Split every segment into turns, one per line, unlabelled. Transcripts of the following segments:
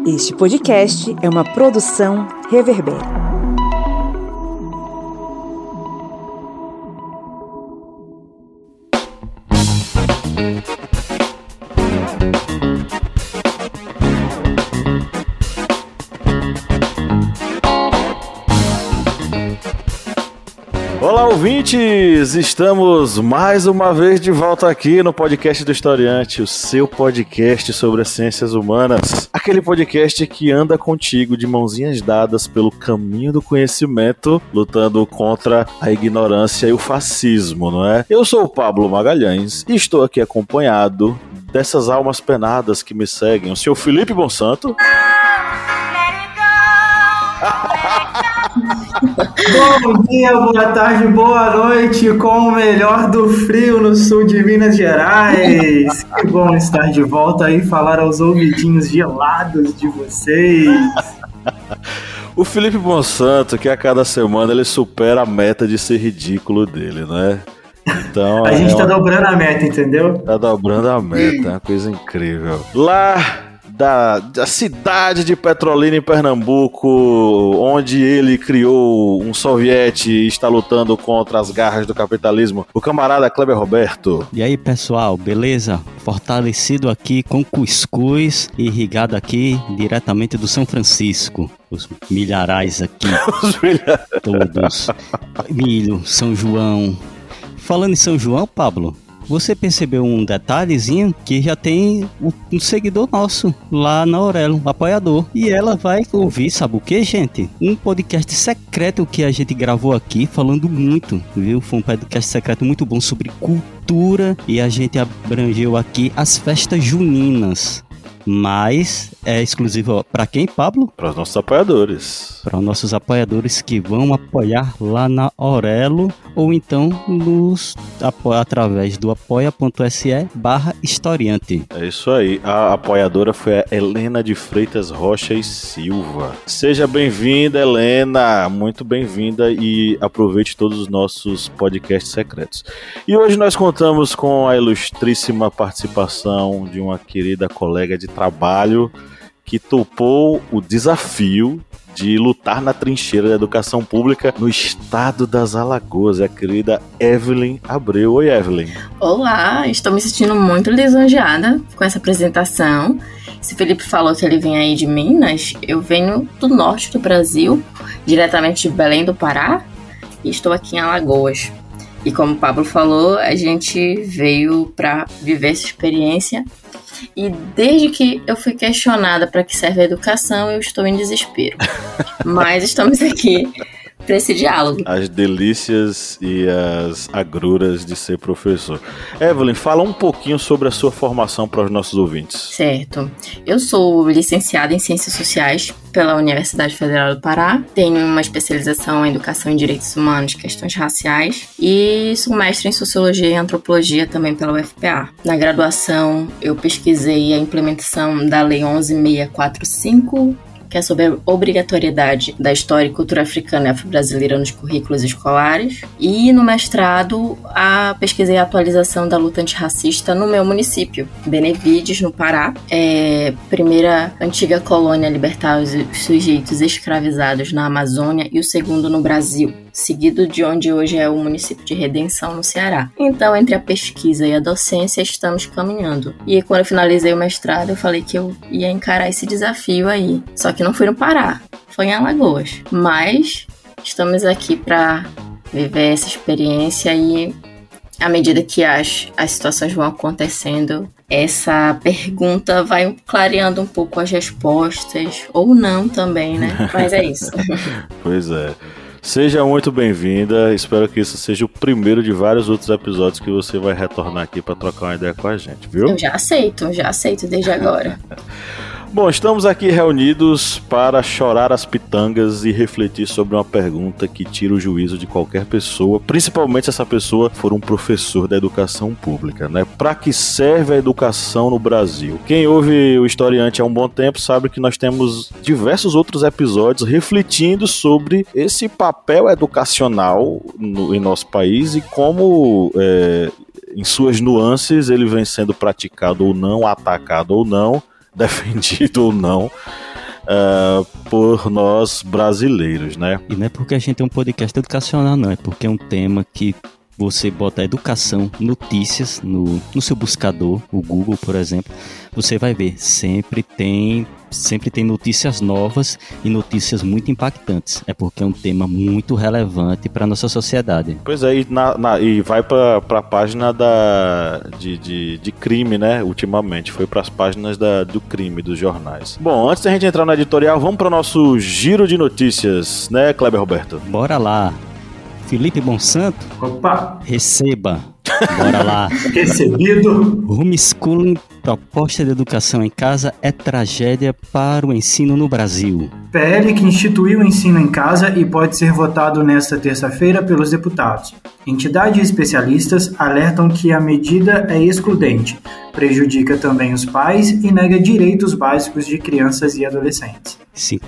Este podcast é uma produção Reverber.
Olá, ouvintes! Estamos mais uma vez de volta aqui no podcast do Historiante, o seu podcast sobre as ciências humanas. Aquele podcast que anda contigo de mãozinhas dadas pelo caminho do conhecimento, lutando contra a ignorância e o fascismo, não é? Eu sou o Pablo Magalhães e estou aqui acompanhado dessas almas penadas que me seguem, o seu Felipe Bonsanto.
Bom dia, boa tarde, boa noite, com o melhor do frio no sul de Minas Gerais. Que bom estar de volta aí, falar aos ouvidinhos gelados de vocês.
O Felipe Bonsanto, que a cada semana ele supera a meta de ser ridículo dele, né? Então,
a gente tá dobrando a meta, entendeu?
Tá dobrando a meta, é uma coisa incrível. Lá da cidade de Petrolina, em Pernambuco, onde ele criou um soviete e está lutando contra as garras do capitalismo, o camarada Kleber Roberto.
E aí, pessoal, beleza? Fortalecido aqui com cuscuz, irrigado aqui diretamente do São Francisco. Os milharais aqui, todos. Milho, São João. Falando em São João, Pablo, você percebeu um detalhezinho que já tem um seguidor nosso lá na Aurelo, apoiador. E ela vai ouvir, sabe o que, gente? Um podcast secreto que a gente gravou aqui, falando muito, viu? Foi um podcast secreto muito bom sobre cultura e a gente abrangeu aqui as festas juninas. Mas é exclusivo para quem, Pablo?
Para os nossos apoiadores.
Para os nossos apoiadores que vão apoiar lá na Aurelo ou então através do apoia.se/historiante.
É isso aí. A apoiadora foi a Helena de Freitas Rocha e Silva. Seja bem-vinda, Helena. Muito bem-vinda e aproveite todos os nossos podcasts secretos. E hoje nós contamos com a ilustríssima participação de uma querida colega de trabalho que topou o desafio de lutar na trincheira da educação pública no estado das Alagoas, a querida Evelyn Abreu. Oi, Evelyn.
Olá, estou me sentindo muito lisonjeada com essa apresentação. Se o Felipe falou que ele vem aí de Minas, eu venho do norte do Brasil, diretamente de Belém do Pará, e estou aqui em Alagoas. E como o Pablo falou, a gente veio para viver essa experiência. E desde que eu fui questionada para que serve a educação, eu estou em desespero. Mas estamos aqui para esse diálogo.
As delícias e as agruras de ser professor. Evelyn, fala um pouquinho sobre a sua formação para os nossos ouvintes.
Certo. Eu sou licenciada em Ciências Sociais pela Universidade Federal do Pará. Tenho uma especialização em Educação em Direitos Humanos e Questões Raciais. E sou mestre em Sociologia e Antropologia também pela UFPA. Na graduação, eu pesquisei a implementação da Lei 11.645, que é sobre a obrigatoriedade da história e cultura africana e afro-brasileira nos currículos escolares. E no mestrado, pesquisei a atualização da luta antirracista no meu município, Benevides, no Pará. Primeira antiga colônia a libertar os sujeitos escravizados na Amazônia e o segundo no Brasil, seguido de onde hoje é o município de Redenção, no Ceará. Então, entre a pesquisa e a docência, estamos caminhando. E quando eu finalizei o mestrado, eu falei que eu ia encarar esse desafio aí. Só que não fui no Pará, foi em Alagoas. Mas estamos aqui para viver essa experiência e, à medida que as situações vão acontecendo, essa pergunta vai clareando um pouco as respostas, ou não também, né? Mas é isso.
Pois é. Seja muito bem-vinda, espero que isso seja o primeiro de vários outros episódios que você vai retornar aqui para trocar uma ideia com a gente, viu?
Eu já aceito desde agora.
Bom, estamos aqui reunidos para chorar as pitangas e refletir sobre uma pergunta que tira o juízo de qualquer pessoa, principalmente se essa pessoa for um professor da educação pública, né? Para que serve a educação no Brasil? Quem ouve o Historiante há um bom tempo sabe que nós temos diversos outros episódios refletindo sobre esse papel educacional em nosso país e como, em suas nuances, ele vem sendo praticado ou não, atacado ou não, defendido ou não, por nós brasileiros, né?
E não é porque a gente é um podcast educacional, não. É porque é um tema que você bota educação, notícias no seu buscador, o Google, por exemplo, você vai ver, sempre tem notícias novas e notícias muito impactantes. É porque é um tema muito relevante para a nossa sociedade.
Pois é, e vai para a página de crime, né? Ultimamente, foi para as páginas do crime, dos jornais. Bom, antes da gente entrar no editorial, vamos para o nosso giro de notícias, né, Kleber Roberto?
Bora lá. Felipe Monsanto,
Opa!
Receba. Bora lá.
Recebido.
Homeschooling, proposta de educação em casa, é tragédia para o ensino no Brasil.
PL que instituiu o ensino em casa e pode ser votado nesta terça-feira pelos deputados. Entidades especialistas alertam que a medida é excludente, prejudica também os pais e nega direitos básicos de crianças e adolescentes.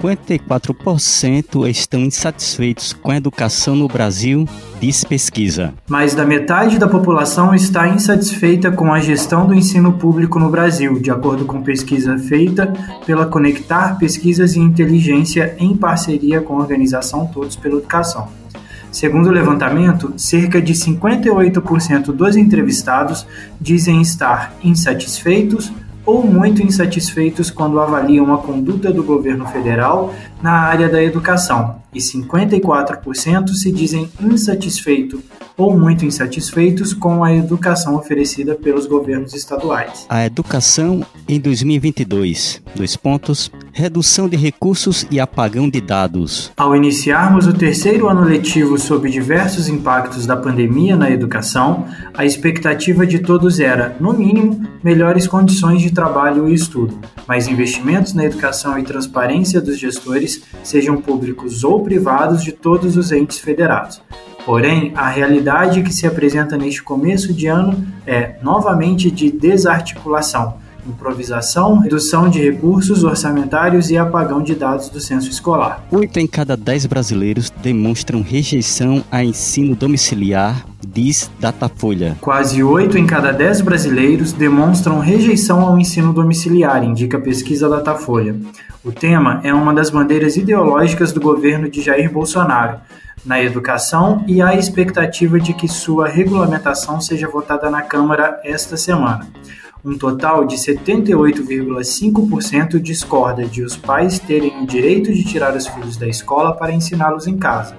54% estão insatisfeitos com a educação no Brasil, diz pesquisa.
Mais da metade da população está insatisfeita com a gestão do ensino público no Brasil, de acordo com pesquisa feita pela Conectar Pesquisas e Inteligência em parceria com a organização Todos pela Educação. Segundo o levantamento, cerca de 58% dos entrevistados dizem estar insatisfeitos ou muito insatisfeitos quando avaliam a conduta do governo federal na área da educação, e 54% se dizem insatisfeitos ou muito insatisfeitos com a educação oferecida pelos governos estaduais.
A educação em 2022. Redução de recursos e apagão de dados.
Ao iniciarmos o terceiro ano letivo sob diversos impactos da pandemia na educação, a expectativa de todos era, no mínimo, melhores condições de trabalho e estudo, mais investimentos na educação e transparência dos gestores, sejam públicos ou privados, de todos os entes federados. Porém, a realidade que se apresenta neste começo de ano é, novamente, de desarticulação, improvisação, redução de recursos orçamentários e apagão de dados do censo escolar.
8 em cada 10 brasileiros demonstram rejeição a ensino domiciliar, diz Datafolha.
Quase 8 em cada 10 brasileiros demonstram rejeição ao ensino domiciliar, indica a pesquisa Datafolha. O tema é uma das bandeiras ideológicas do governo de Jair Bolsonaro na educação e há expectativa de que sua regulamentação seja votada na Câmara esta semana. Um total de 78,5% discorda de os pais terem o direito de tirar os filhos da escola para ensiná-los em casa,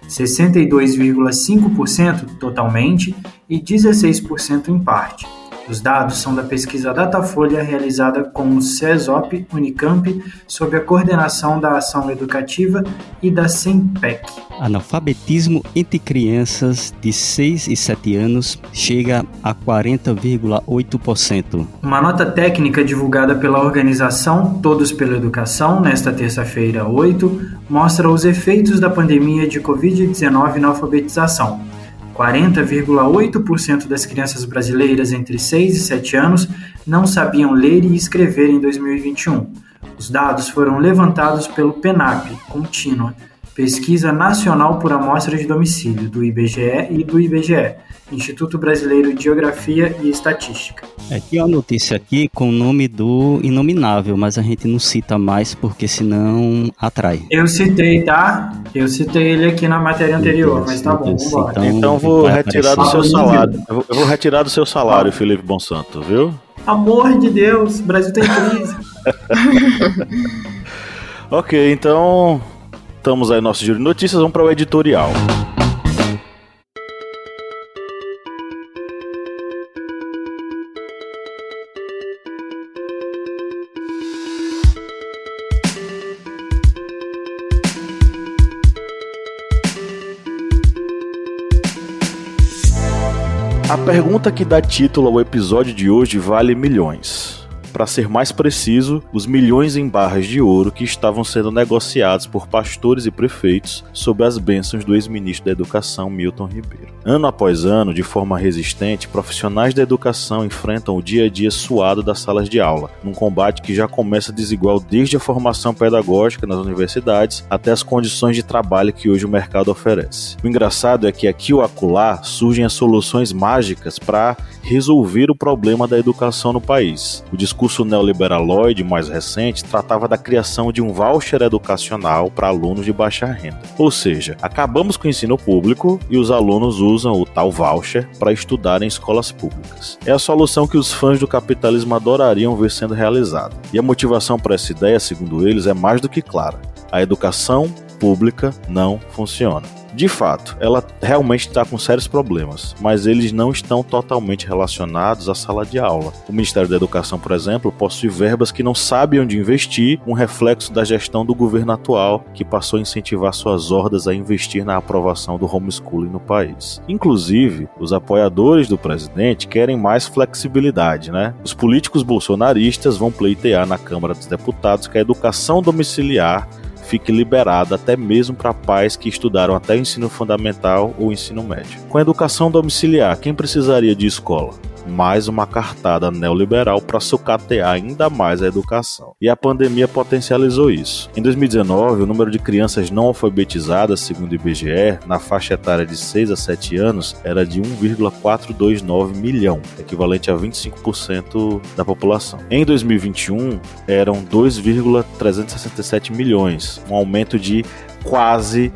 62,5% totalmente e 16% em parte. Os dados são da pesquisa Datafolha realizada com o CESOP Unicamp sob a coordenação da Ação Educativa e da SEMPEC.
Analfabetismo entre crianças de 6 e 7 anos chega a 40,8%.
Uma nota técnica divulgada pela organização Todos pela Educação, nesta terça-feira 8, mostra os efeitos da pandemia de Covid-19 na alfabetização. 40,8% das crianças brasileiras entre 6 e 7 anos não sabiam ler e escrever em 2021. Os dados foram levantados pelo PENAP, Contínua, Pesquisa Nacional por Amostra de Domicílio, do IBGE e do IBGE, Instituto Brasileiro de Geografia e Estatística.
Tem uma notícia aqui com o nome do inominável, mas a gente não cita mais porque senão atrai.
Eu citei, tá? Eu citei ele aqui na matéria anterior, mas tá bom, vambora.
Então vou retirar do seu salário. Eu vou retirar do seu salário, Felipe Monsanto, viu?
Amor de Deus, o Brasil tem crise.
Ok, então estamos aí no nosso giro de notícias, vamos para o editorial. A pergunta que dá título ao episódio de hoje vale milhões. Para ser mais preciso, os milhões em barras de ouro que estavam sendo negociados por pastores e prefeitos sob as bênçãos do ex-ministro da Educação, Milton Ribeiro. Ano após ano, de forma resistente, profissionais da educação enfrentam o dia a dia suado das salas de aula, num combate que já começa desigual desde a formação pedagógica nas universidades até as condições de trabalho que hoje o mercado oferece. O engraçado é que aqui ou acolá surgem as soluções mágicas para resolver o problema da educação no país. O discurso neoliberaloide mais recente tratava da criação de um voucher educacional para alunos de baixa renda. Ou seja, acabamos com o ensino público e os alunos usam o tal voucher para estudar em escolas públicas. É a solução que os fãs do capitalismo adorariam ver sendo realizada. E a motivação para essa ideia, segundo eles, é mais do que clara. A educação pública não funciona. De fato, ela realmente está com sérios problemas, mas eles não estão totalmente relacionados à sala de aula. O Ministério da Educação, por exemplo, possui verbas que não sabe onde investir, um reflexo da gestão do governo atual, que passou a incentivar suas hordas a investir na aprovação do homeschooling no país. Inclusive, os apoiadores do presidente querem mais flexibilidade, né? Os políticos bolsonaristas vão pleitear na Câmara dos Deputados que a educação domiciliar fique liberada até mesmo para pais que estudaram até o ensino fundamental ou ensino médio. Com a educação domiciliar, quem precisaria de escola? Mais uma cartada neoliberal para sucatear ainda mais a educação. E a pandemia potencializou isso. Em 2019, o número de crianças não alfabetizadas, segundo o IBGE, na faixa etária de 6 a 7 anos, era de 1,429 milhão, equivalente a 25% da população. Em 2021, eram 2,367 milhões, um aumento de quase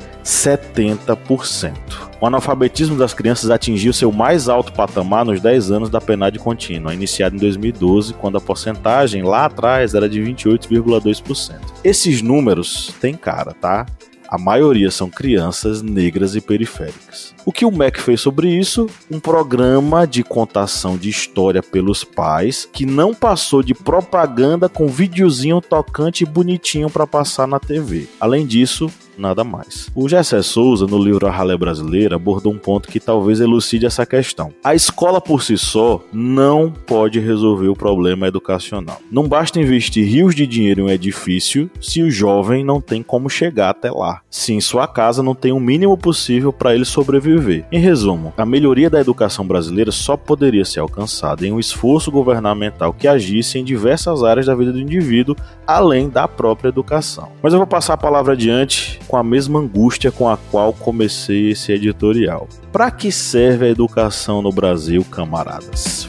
70%. O analfabetismo das crianças atingiu seu mais alto patamar nos 10 anos da PNAD contínua, iniciada em 2012, quando a porcentagem lá atrás era de 28,2%. Esses números têm cara, tá? A maioria são crianças negras e periféricas. O que o MEC fez sobre isso? Um programa de contação de história pelos pais que não passou de propaganda com videozinho tocante e bonitinho para passar na TV. Além disso, nada mais. O Gessé Souza, no livro A Ralé Brasileira, abordou um ponto que talvez elucide essa questão. A escola por si só não pode resolver o problema educacional. Não basta investir rios de dinheiro em um edifício se o jovem não tem como chegar até lá. Se em sua casa não tem o mínimo possível para ele sobreviver. Em resumo, a melhoria da educação brasileira só poderia ser alcançada em um esforço governamental que agisse em diversas áreas da vida do indivíduo, além da própria educação. Mas eu vou passar a palavra adiante com a mesma angústia com a qual comecei esse editorial. Para que serve a educação no Brasil, camaradas?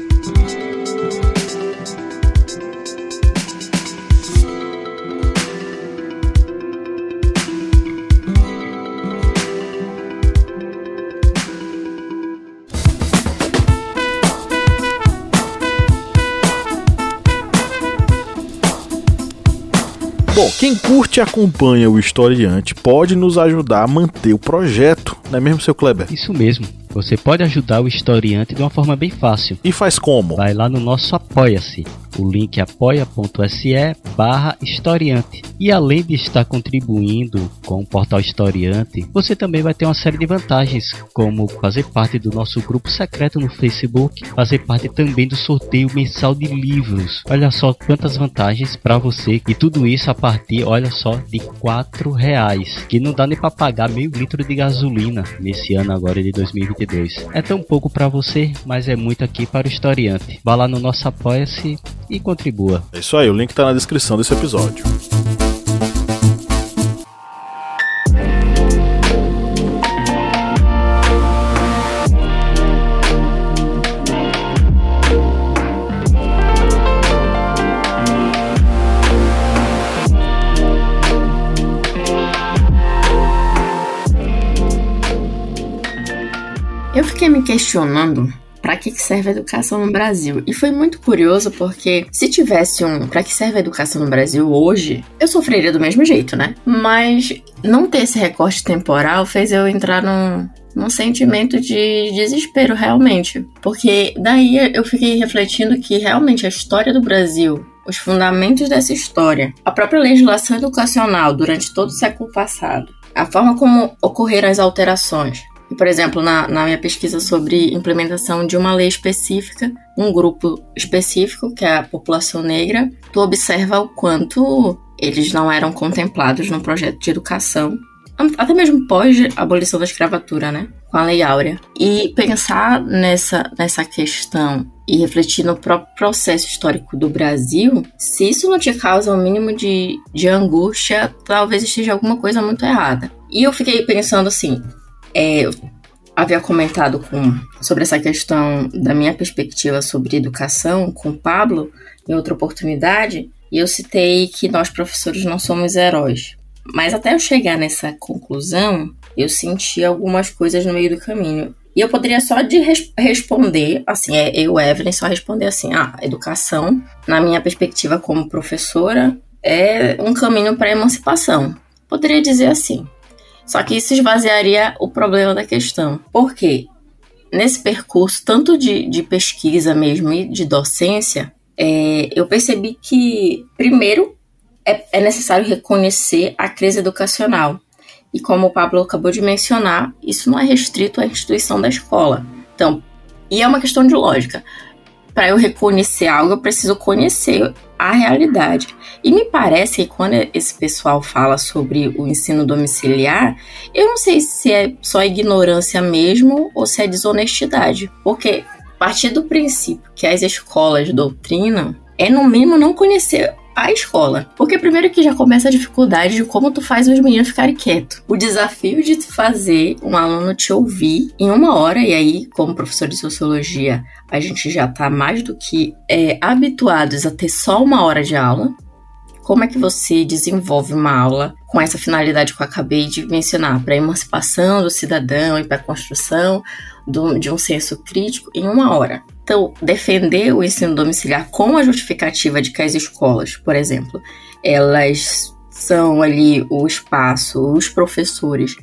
Bom, quem curte e acompanha o Historiante pode nos ajudar a manter o projeto, não é mesmo, seu Kleber?
Isso mesmo. Você pode ajudar o Historiante de uma forma bem fácil.
E faz como?
Vai lá no nosso Apoia-se. O link é apoia.se/historiante. E além de estar contribuindo com o portal Historiante, você também vai ter uma série de vantagens, como fazer parte do nosso grupo secreto no Facebook, fazer parte também do sorteio mensal de livros. Olha só quantas vantagens para você. E tudo isso a partir, olha só, de R$4, que não dá nem para pagar meio litro de gasolina nesse ano agora de 2022. É tão pouco para você, mas é muito aqui para o Historiante. Vá lá no nosso Apoia-se e contribua.
É isso aí, o link está na descrição desse episódio.
Eu fiquei me questionando para que serve a educação no Brasil. E foi muito curioso porque se tivesse para que serve a educação no Brasil hoje, eu sofreria do mesmo jeito, né? Mas não ter esse recorte temporal fez eu entrar num sentimento de desespero realmente. Porque daí eu fiquei refletindo que realmente a história do Brasil, os fundamentos dessa história, a própria legislação educacional durante todo o século passado, a forma como ocorreram as alterações. Por exemplo, na minha pesquisa sobre implementação de uma lei específica, um grupo específico, que é a população negra, tu observa o quanto eles não eram contemplados no projeto de educação, até mesmo pós a abolição da escravatura, né? Com a Lei Áurea. E pensar nessa questão e refletir no próprio processo histórico do Brasil, se isso não te causa um mínimo de angústia, talvez esteja alguma coisa muito errada. E eu fiquei pensando assim, havia comentado sobre essa questão da minha perspectiva sobre educação com o Pablo em outra oportunidade, e eu citei que nós professores não somos heróis. Mas até eu chegar nessa conclusão, eu senti algumas coisas no meio do caminho. E eu poderia só responder, assim, eu, Evelyn, só responder assim, a educação, na minha perspectiva como professora, é um caminho para a emancipação. Poderia dizer assim. Só que isso esvaziaria o problema da questão. Por quê? Nesse percurso, tanto de pesquisa mesmo e de docência, eu percebi que, primeiro, é necessário reconhecer a crise educacional. E como o Pablo acabou de mencionar, isso não é restrito à instituição da escola. Então, e é uma questão de lógica. Para eu reconhecer algo, eu preciso conhecer a realidade. E me parece que quando esse pessoal fala sobre o ensino domiciliar, eu não sei se é só ignorância mesmo ou se é desonestidade. Porque a partir do princípio que as escolas doutrinam, é no mínimo não conhecer a escola. Porque primeiro que já começa a dificuldade de como tu faz os meninos ficarem quietos. O desafio de fazer um aluno te ouvir em 1 hora, e aí, como professor de sociologia, a gente já tá mais do que habituados a ter só 1 hora de aula. Como é que você desenvolve uma aula com essa finalidade que eu acabei de mencionar, para a emancipação do cidadão e para a construção de um senso crítico em 1 hora? Então, defender o ensino domiciliar com a justificativa de que as escolas, por exemplo, elas são ali o espaço, os professores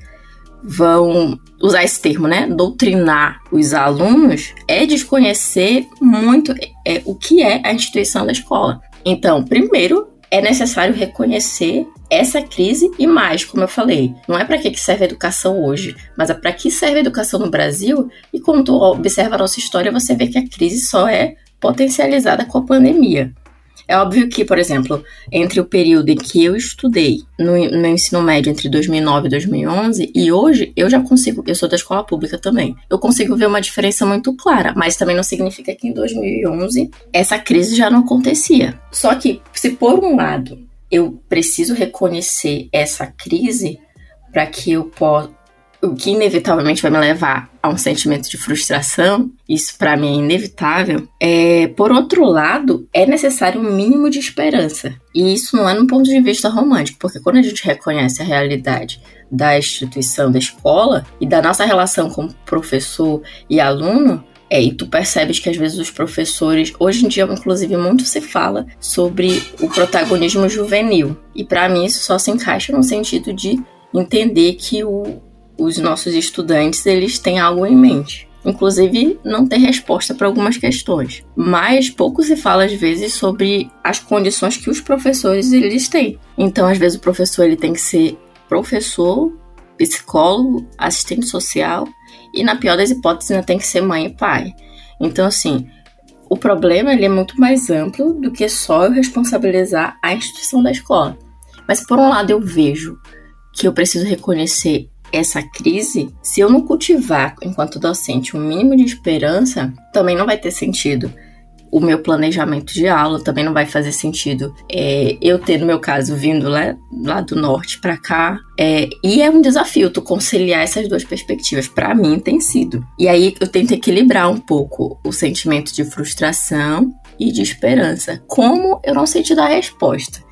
vão usar esse termo, né? Doutrinar os alunos, é desconhecer muito o que é a instituição da escola. Então, primeiro, é necessário reconhecer essa crise e mais, como eu falei, não é para que serve a educação hoje, mas é para que serve a educação no Brasil. E quando tu observa a nossa história, você vê que a crise só é potencializada com a pandemia. É óbvio que, por exemplo, entre o período em que eu estudei no meu ensino médio entre 2009 e 2011 e hoje, eu sou da escola pública também, eu consigo ver uma diferença muito clara, mas também não significa que em 2011 essa crise já não acontecia. Só que, se por um lado eu preciso reconhecer essa crise para que eu possa, o que inevitavelmente vai me levar a um sentimento de frustração, isso para mim é inevitável, por outro lado, é necessário um mínimo de esperança. E isso não é num ponto de vista romântico, porque quando a gente reconhece a realidade da instituição da escola e da nossa relação como professor e aluno, e tu percebes que às vezes os professores, hoje em dia inclusive muito se fala sobre o protagonismo juvenil. E para mim isso só se encaixa no sentido de entender que os nossos estudantes, eles têm algo em mente. Inclusive, não tem resposta para algumas questões. Mas pouco se fala, às vezes, sobre as condições que os professores, eles têm. Então, às vezes, o professor ele tem que ser professor, psicólogo, assistente social e, na pior das hipóteses, ainda tem que ser mãe e pai. Então, assim, o problema ele é muito mais amplo do que só eu responsabilizar a instituição da escola. Mas, por um lado, eu vejo que eu preciso reconhecer essa crise. Se eu não cultivar, enquanto docente, um mínimo de esperança, também não vai ter sentido o meu planejamento de aula, também não vai fazer sentido eu ter, no meu caso, vindo lá do norte para cá. E é um desafio tu conciliar essas duas perspectivas. Para mim, tem sido. E aí eu tento equilibrar um pouco o sentimento de frustração e de esperança. Como eu não sei te dar a resposta,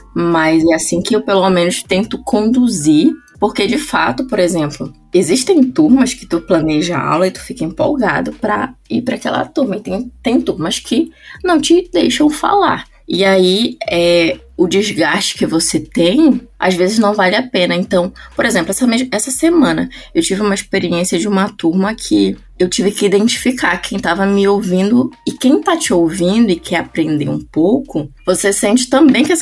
mas é assim que eu, pelo menos, tento conduzir. Porque, de fato, por exemplo, existem turmas que tu planeja a aula e tu fica empolgado para ir para aquela turma. E tem turmas que não te deixam falar. E aí, o desgaste que você tem, às vezes não vale a pena. Então, por exemplo, essa semana, eu tive uma experiência de uma turma que eu tive que identificar quem estava me ouvindo. E quem está te ouvindo e quer aprender um pouco, você sente também que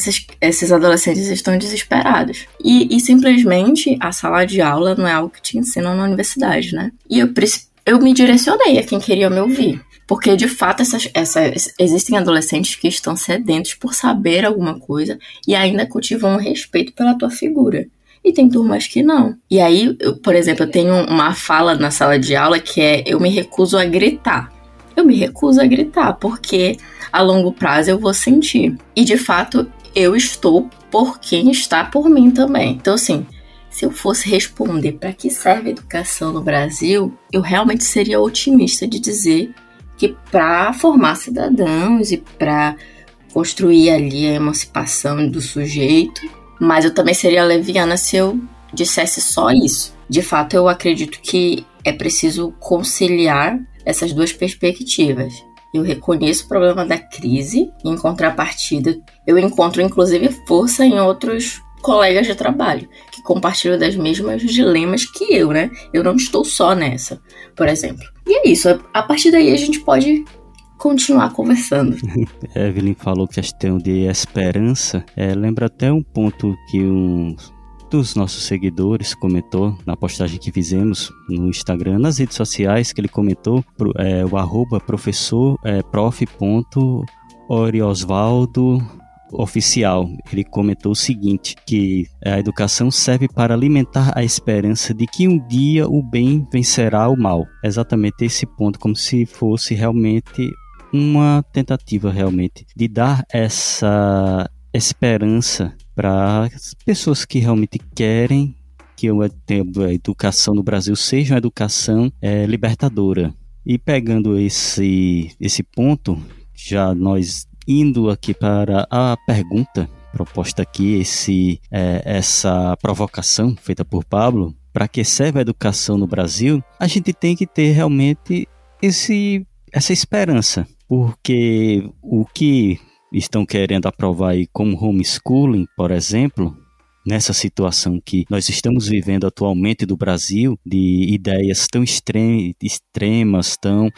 esses adolescentes estão desesperados. E simplesmente, a sala de aula não é algo que te ensinam na universidade, né? E eu me direcionei a quem queria me ouvir. Porque, de fato, existem adolescentes que estão sedentos por saber alguma coisa e ainda cultivam um respeito pela tua figura. E tem turmas que não. E aí, por exemplo, eu tenho uma fala na sala de aula que eu me recuso a gritar. Eu me recuso a gritar porque a longo prazo eu vou sentir. E, de fato, eu estou por quem está por mim também. Então, assim, Se eu fosse responder para que serve a educação no Brasil, eu realmente seria otimista de dizer que para formar cidadãos e para construir ali a emancipação do sujeito, mas eu também seria leviana se eu dissesse só isso. De fato, eu acredito que é preciso conciliar essas duas perspectivas. Eu reconheço o problema da crise e, em contrapartida, eu encontro inclusive força em outros colegas de trabalho que compartilham das mesmas dilemas que eu, né? Eu não estou só nessa, por exemplo. E é isso, a partir daí a gente pode continuar conversando.
Evelyn falou questão de esperança. Lembra até um ponto que um dos nossos seguidores comentou na postagem que fizemos no Instagram, nas redes sociais, que ele comentou, o @prof.oriosvaldo_oficial. Ele comentou o seguinte, que a educação serve para alimentar a esperança de que um dia o bem vencerá o mal. Exatamente esse ponto, como se fosse realmente uma tentativa realmente de dar essa esperança para as pessoas que realmente querem que a educação no Brasil seja uma educação libertadora. E pegando esse ponto, já nós indo aqui para a pergunta proposta aqui, essa provocação feita por Pablo, para que serve a educação no Brasil, a gente tem que ter realmente essa esperança, porque o que estão querendo aprovar aí como homeschooling, por exemplo, nessa situação que nós estamos vivendo atualmente do Brasil, de ideias tão extremas,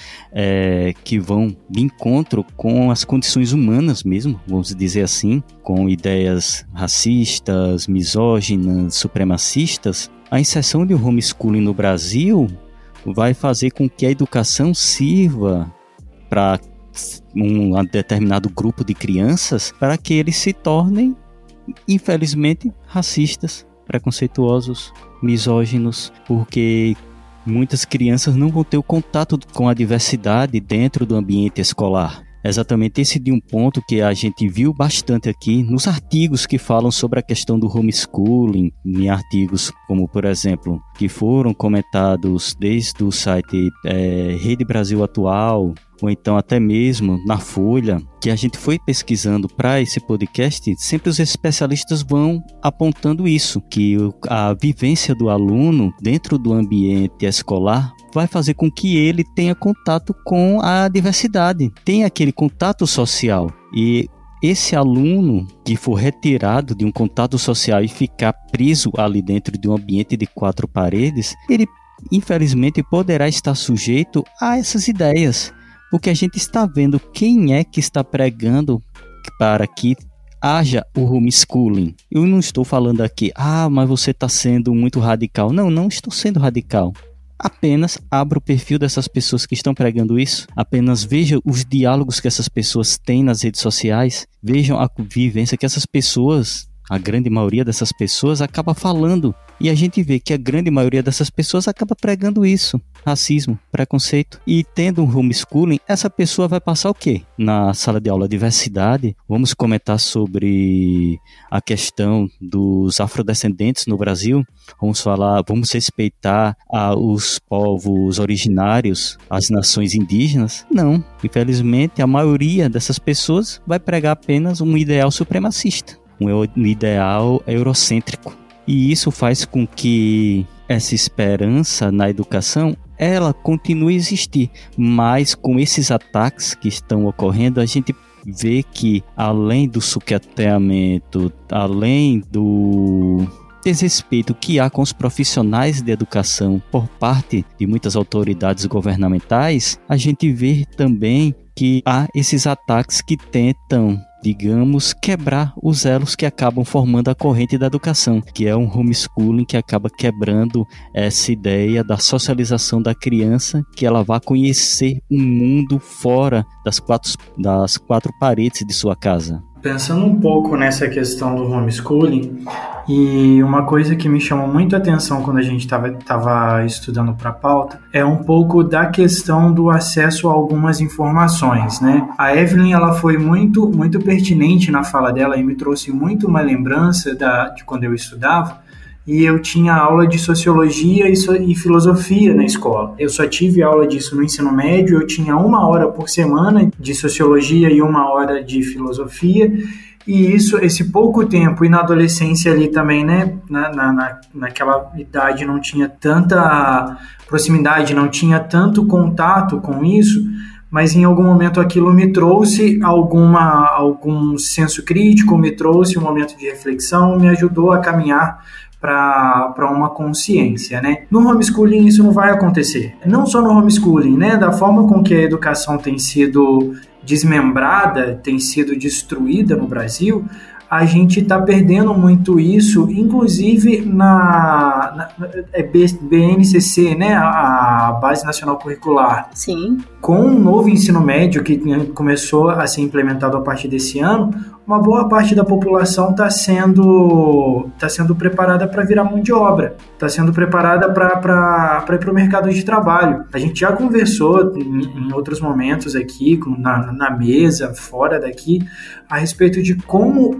que vão de encontro com as condições humanas mesmo, vamos dizer assim, com ideias racistas, misóginas, supremacistas, a inserção de um homeschooling no Brasil vai fazer com que a educação sirva para um determinado grupo de crianças, para que eles se tornem, infelizmente, racistas, preconceituosos, misóginos, porque muitas crianças não vão ter o contato com a diversidade dentro do ambiente escolar. Exatamente esse de um ponto que a gente viu bastante aqui nos artigos que falam sobre a questão do homeschooling, em artigos como, por exemplo, que foram comentados desde o site Rede Brasil Atual, ou então até mesmo na Folha, que a gente foi pesquisando para esse podcast, sempre os especialistas vão apontando isso, que a vivência do aluno dentro do ambiente escolar vai fazer com que ele tenha contato com a diversidade, tenha aquele contato social. E esse aluno que for retirado de um contato social e ficar preso ali dentro de um ambiente de 4 paredes, ele infelizmente poderá estar sujeito a essas ideias. Porque a gente está vendo quem é que está pregando para que haja o homeschooling. Eu não estou falando aqui, mas você está sendo muito radical. Não estou sendo radical. Apenas abra o perfil dessas pessoas que estão pregando isso. Apenas veja os diálogos que essas pessoas têm nas redes sociais. Vejam a vivência que essas pessoas, a grande maioria dessas pessoas, acaba falando. E a gente vê que a grande maioria dessas pessoas acaba pregando isso. Racismo, preconceito. E tendo um homeschooling, essa pessoa vai passar o quê? Na sala de aula, diversidade. Vamos comentar sobre a questão dos afrodescendentes no Brasil. Vamos respeitar os povos originários, as nações indígenas. Não. Infelizmente, a maioria dessas pessoas vai pregar apenas um ideal supremacista. Um ideal eurocêntrico. E isso faz com que essa esperança na educação, ela continue a existir. Mas com esses ataques que estão ocorrendo, a gente vê que além do sucateamento, além do desrespeito que há com os profissionais de educação por parte de muitas autoridades governamentais, a gente vê também que há esses ataques que tentam, digamos, quebrar os elos que acabam formando a corrente da educação, que é um homeschooling que acaba quebrando essa ideia da socialização da criança, que ela vá conhecer um mundo fora das quatro paredes de sua casa.
Pensando um pouco nessa questão do homeschooling, e uma coisa que me chamou muito a atenção quando a gente estava estudando para a pauta, é um pouco da questão do acesso a algumas informações, né? A Evelyn, ela foi muito, muito pertinente na fala dela e me trouxe muito uma lembrança de quando eu estudava, e eu tinha aula de sociologia e filosofia na escola. Eu só tive aula disso no ensino médio, eu tinha 1 hora por semana de sociologia e 1 hora de filosofia, e esse pouco tempo, e na adolescência ali também, né, naquela idade não tinha tanta proximidade, não tinha tanto contato com isso, mas em algum momento aquilo me trouxe algum senso crítico, me trouxe um momento de reflexão, me ajudou a caminhar para uma consciência, né? No homeschooling isso não vai acontecer. Não só no homeschooling, né? Da forma com que a educação tem sido desmembrada, tem sido destruída no Brasil, a gente está perdendo muito isso, inclusive na BNCC, né? A Base Nacional Curricular.
Sim.
Com o novo ensino médio que começou a ser implementado a partir desse ano, uma boa parte da população está sendo preparada para virar mão de obra, está sendo preparada para ir para o mercado de trabalho. A gente já conversou em outros momentos aqui, na mesa, fora daqui, a respeito de como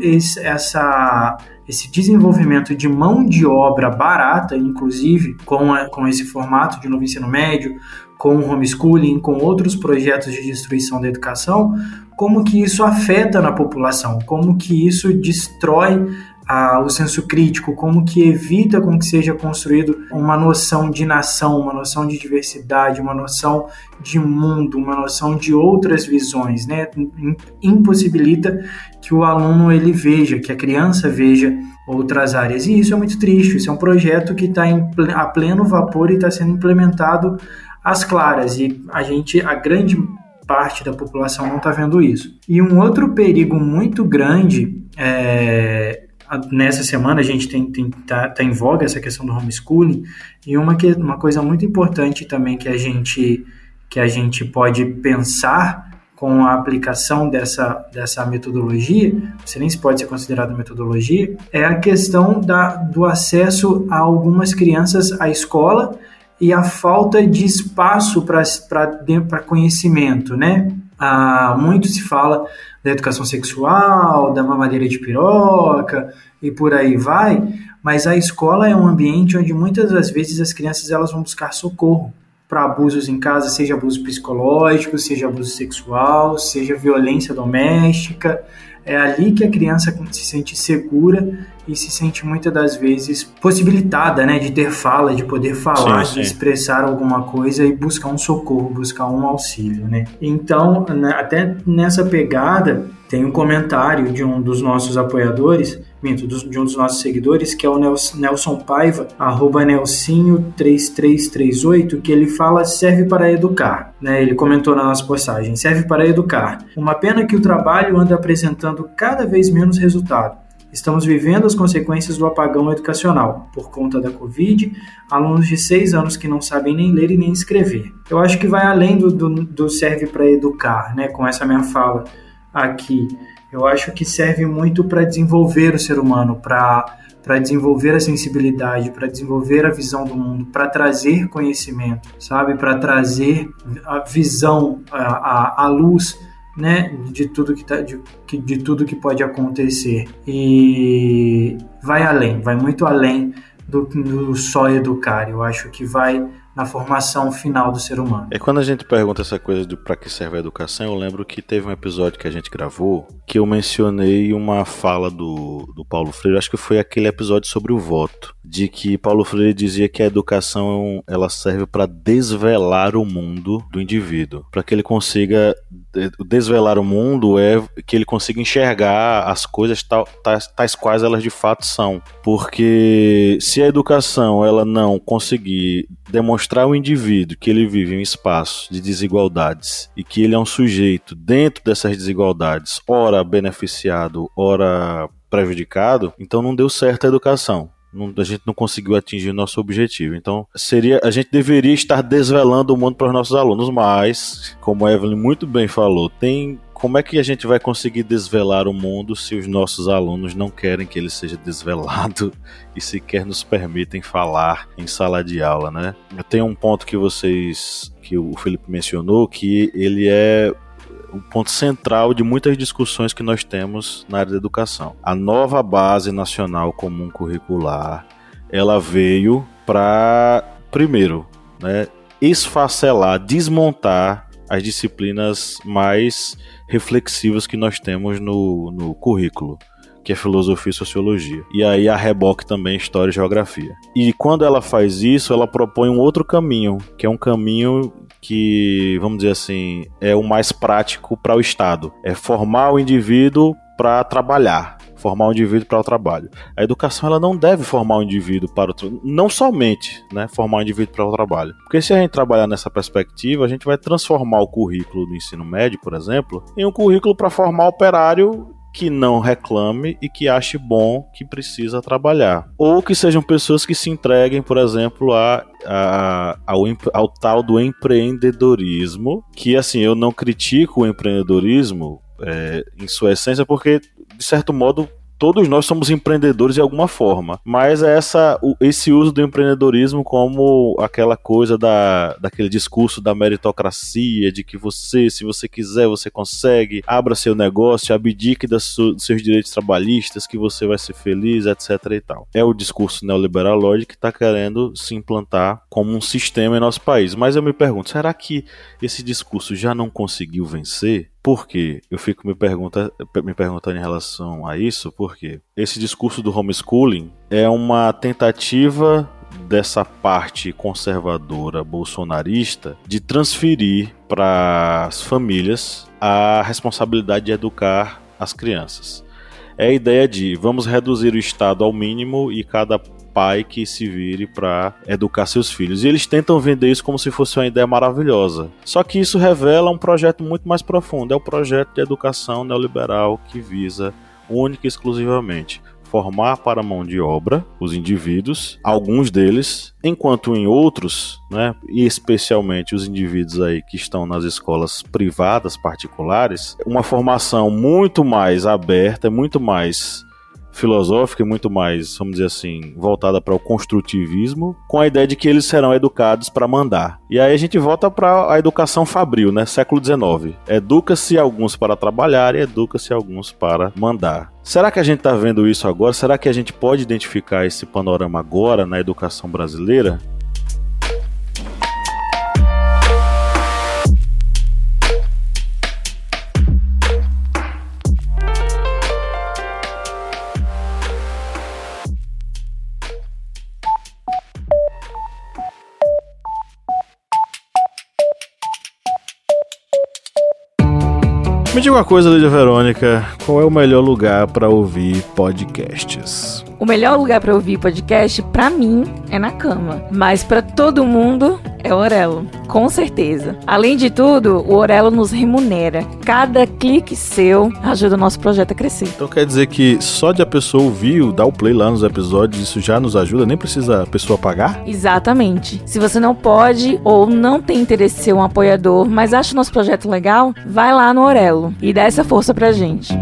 esse desenvolvimento de mão de obra barata, inclusive com esse formato de novo ensino médio, com o homeschooling, com outros projetos de destruição da educação, como que isso afeta na população, como que isso destrói o senso crítico, como que evita com que seja construído uma noção de nação, uma noção de diversidade, uma noção de mundo, uma noção de outras visões, né? Impossibilita que o aluno ele veja, que a criança veja outras áreas. E isso é muito triste, isso é um projeto que está a pleno vapor e está sendo implementado às claras, e a grande parte da população não está vendo isso. E um outro perigo muito grande, nessa semana a gente tá em voga essa questão do homeschooling, e uma coisa muito importante também que a gente pode pensar com a aplicação dessa metodologia, você nem se pode ser considerado metodologia, é a questão do acesso a algumas crianças à escola e a falta de espaço para conhecimento, né? Muito se fala da educação sexual, da mamadeira de piroca e por aí vai, mas a escola é um ambiente onde muitas das vezes as crianças elas vão buscar socorro para abusos em casa, seja abuso psicológico, seja abuso sexual, seja violência doméstica. É ali que a criança se sente segura e se sente muitas das vezes possibilitada, né, de ter fala, de poder falar, sim. De expressar alguma coisa e buscar um socorro, buscar um auxílio, né? Então, até nessa pegada, tem um comentário de um dos nossos apoiadores, de um dos nossos seguidores, que é o Nelson Paiva, @Nelsinho3338, que ele fala: serve para educar, né? Ele comentou na nossa postagem: serve para educar. Uma pena que o trabalho anda apresentando cada vez menos resultado. Estamos vivendo as consequências do apagão educacional. Por conta da Covid, alunos de 6 anos que não sabem nem ler e nem escrever. Eu acho que vai além do serve para educar, né? Com essa minha fala aqui. Eu acho que serve muito para desenvolver o ser humano, para desenvolver a sensibilidade, para desenvolver a visão do mundo, para trazer conhecimento, sabe? Para trazer a visão, a luz, né, de tudo que pode acontecer. E vai muito além do só educar. Eu acho que vai na formação final do ser humano.
Quando a gente pergunta essa coisa de para que serve a educação, eu lembro que teve um episódio que a gente gravou que eu mencionei uma fala do Paulo Freire, acho que foi aquele episódio sobre o voto, de que Paulo Freire dizia que a educação ela serve para desvelar o mundo do indivíduo, para que ele consiga desvelar o mundo, que ele consiga enxergar as coisas tais quais elas de fato são, porque se a educação ela não conseguir demonstrar ao indivíduo que ele vive em um espaço de desigualdades e que ele é um sujeito dentro dessas desigualdades, ora beneficiado, ora prejudicado, então não deu certo a educação. A gente não conseguiu atingir o nosso objetivo. Então, a gente deveria estar desvelando o mundo para os nossos alunos, mas, como a Evelyn muito bem falou, como é que a gente vai conseguir desvelar o mundo se os nossos alunos não querem que ele seja desvelado e sequer nos permitem falar em sala de aula, né? Eu tenho um ponto que o Felipe mencionou, que ele é um ponto central de muitas discussões que nós temos na área da educação. A nova Base Nacional Comum Curricular, ela veio para, primeiro, né, esfacelar, desmontar as disciplinas mais reflexivas que nós temos no currículo, que é filosofia e sociologia. E aí a reboque também história e geografia. E quando ela faz isso, ela propõe um outro caminho, que é um caminho que, vamos dizer assim, é o mais prático para o Estado. É formar o indivíduo para trabalhar. Formar o indivíduo para o trabalho. A educação ela não deve formar o indivíduo para o trabalho, não somente, né, formar o indivíduo para o trabalho. Porque se a gente trabalhar nessa perspectiva, a gente vai transformar o currículo do ensino médio, por exemplo, em um currículo para formar operário que não reclame e que ache bom que precisa trabalhar. Ou que sejam pessoas que se entreguem, por exemplo, ao tal do empreendedorismo, que assim, eu não critico o empreendedorismo em sua essência, porque de certo modo todos nós somos empreendedores de alguma forma, mas é esse uso do empreendedorismo como aquela coisa daquele discurso da meritocracia, de que se você quiser, você consegue, abra seu negócio, abdique dos seus direitos trabalhistas, que você vai ser feliz, etc. e tal. É o discurso neoliberal que está querendo se implantar como um sistema em nosso país. Mas eu me pergunto, será que esse discurso já não conseguiu vencer? Por quê? Eu fico me perguntando em relação a isso, porque esse discurso do homeschooling é uma tentativa dessa parte conservadora bolsonarista de transferir para as famílias a responsabilidade de educar as crianças. É a ideia de vamos reduzir o Estado ao mínimo e cada pai que se vire para educar seus filhos. E eles tentam vender isso como se fosse uma ideia maravilhosa. Só que isso revela um projeto muito mais profundo. É o projeto de educação neoliberal que visa única e exclusivamente formar para a mão de obra os indivíduos, alguns deles, enquanto em outros, né, e especialmente os indivíduos aí que estão nas escolas privadas particulares, uma formação muito mais aberta, muito mais filosófica e muito mais, vamos dizer assim, voltada para o construtivismo, com a ideia de que eles serão educados para mandar. E aí a gente volta para a educação fabril, né? Século XIX. Educa-se alguns para trabalhar e educa-se alguns para mandar. Será que a gente está vendo isso agora? Será que a gente pode identificar esse panorama agora na educação brasileira? Me diga uma coisa, Lídia Verônica, qual é o melhor lugar para ouvir podcasts?
O melhor lugar para ouvir podcast, pra mim, é na cama. Mas pra todo mundo, é o Orelo. Com certeza. Além de tudo, o Orelo nos remunera. Cada clique seu ajuda o nosso projeto a crescer.
Então quer dizer que só de a pessoa ouvir, dar o play lá nos episódios, isso já nos ajuda? Nem precisa a pessoa pagar?
Exatamente. Se você não pode ou não tem interesse em ser um apoiador, mas acha o nosso projeto legal, vai lá no Orelo e dá essa força pra gente.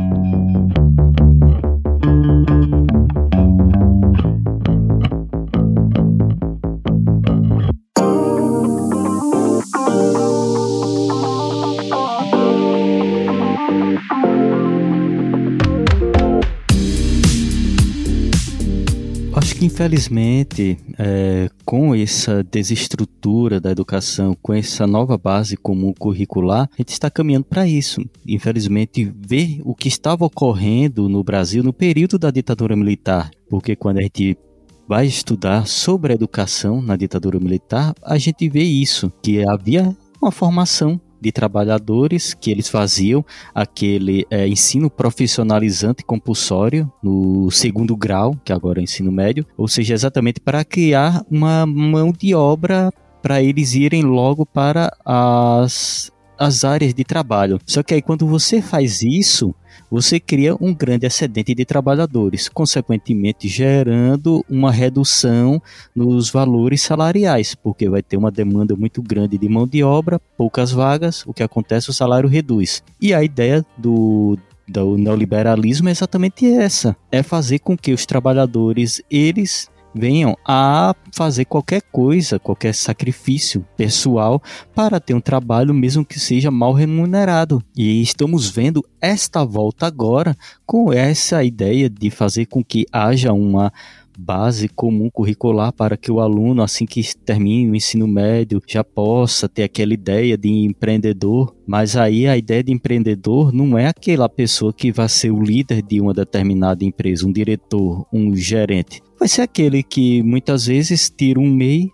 Infelizmente, com essa desestrutura da educação, com essa nova base comum curricular, a gente está caminhando para isso. Infelizmente, ver o que estava ocorrendo no Brasil no período da ditadura militar, porque quando a gente vai estudar sobre a educação na ditadura militar, a gente vê isso, que havia uma formação de trabalhadores, que eles faziam aquele ensino profissionalizante compulsório no segundo grau, que agora é ensino médio, ou seja, exatamente para criar uma mão de obra para eles irem logo para as áreas de trabalho. Só que aí quando você faz isso, você cria um grande excedente de trabalhadores, consequentemente gerando uma redução nos valores salariais, porque vai ter uma demanda muito grande de mão de obra, poucas vagas, o que acontece, o salário reduz. E a ideia do neoliberalismo é exatamente essa, é fazer com que os trabalhadores, eles venham a fazer qualquer coisa, qualquer sacrifício pessoal para ter um trabalho, mesmo que seja mal remunerado. E estamos vendo esta volta agora com essa ideia de fazer com que haja uma base comum curricular para que o aluno, assim que termine o ensino médio, já possa ter aquela ideia de empreendedor. Mas aí a ideia de empreendedor não é aquela pessoa que vai ser o líder de uma determinada empresa, um diretor, um gerente. Vai ser aquele que muitas vezes tira o MEI,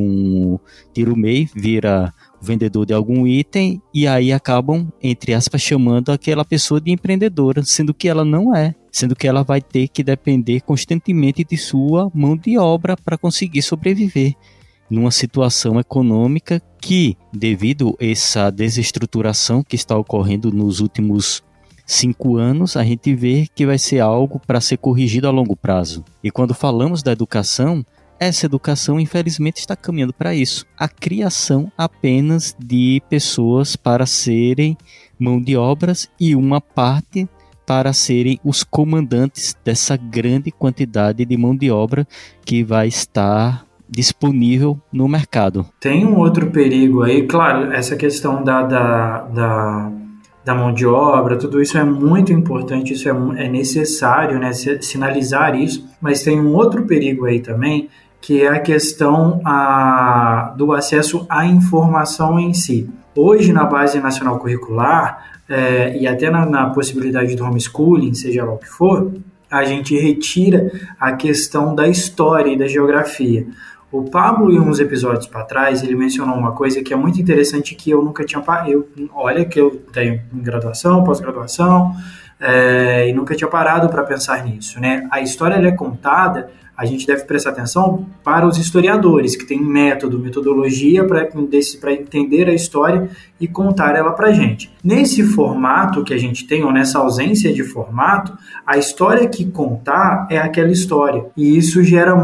vira vendedor de algum item e aí acabam, entre aspas, chamando aquela pessoa de empreendedora, sendo que ela não é. Sendo que ela vai ter que depender constantemente de sua mão de obra para conseguir sobreviver numa situação econômica que, devido a essa desestruturação que está ocorrendo nos últimos 5 anos, a gente vê que vai ser algo para ser corrigido a longo prazo. E quando falamos da educação, essa educação infelizmente está caminhando para isso. A criação apenas de pessoas para serem mão de obras e uma parte para serem os comandantes dessa grande quantidade de mão de obra que vai estar disponível no mercado.
Tem um outro perigo aí, claro, essa questão da mão de obra, tudo isso é muito importante, isso é necessário, né, sinalizar isso, mas tem um outro perigo aí também, que é a questão do acesso à informação em si. Hoje, na Base Nacional Curricular, e até na possibilidade do homeschooling, seja lá o que for, a gente retira a questão da história e da geografia. O Pablo, em uns episódios para trás, ele mencionou uma coisa que é muito interessante que eu nunca tinha... Olha que eu tenho graduação, pós-graduação, e nunca tinha parado para pensar nisso, né? A história ela é contada, a gente deve prestar atenção para os historiadores, que têm metodologia para entender a história e contar ela para a gente. Nesse formato que a gente tem, ou nessa ausência de formato, a história que contar é aquela história. E isso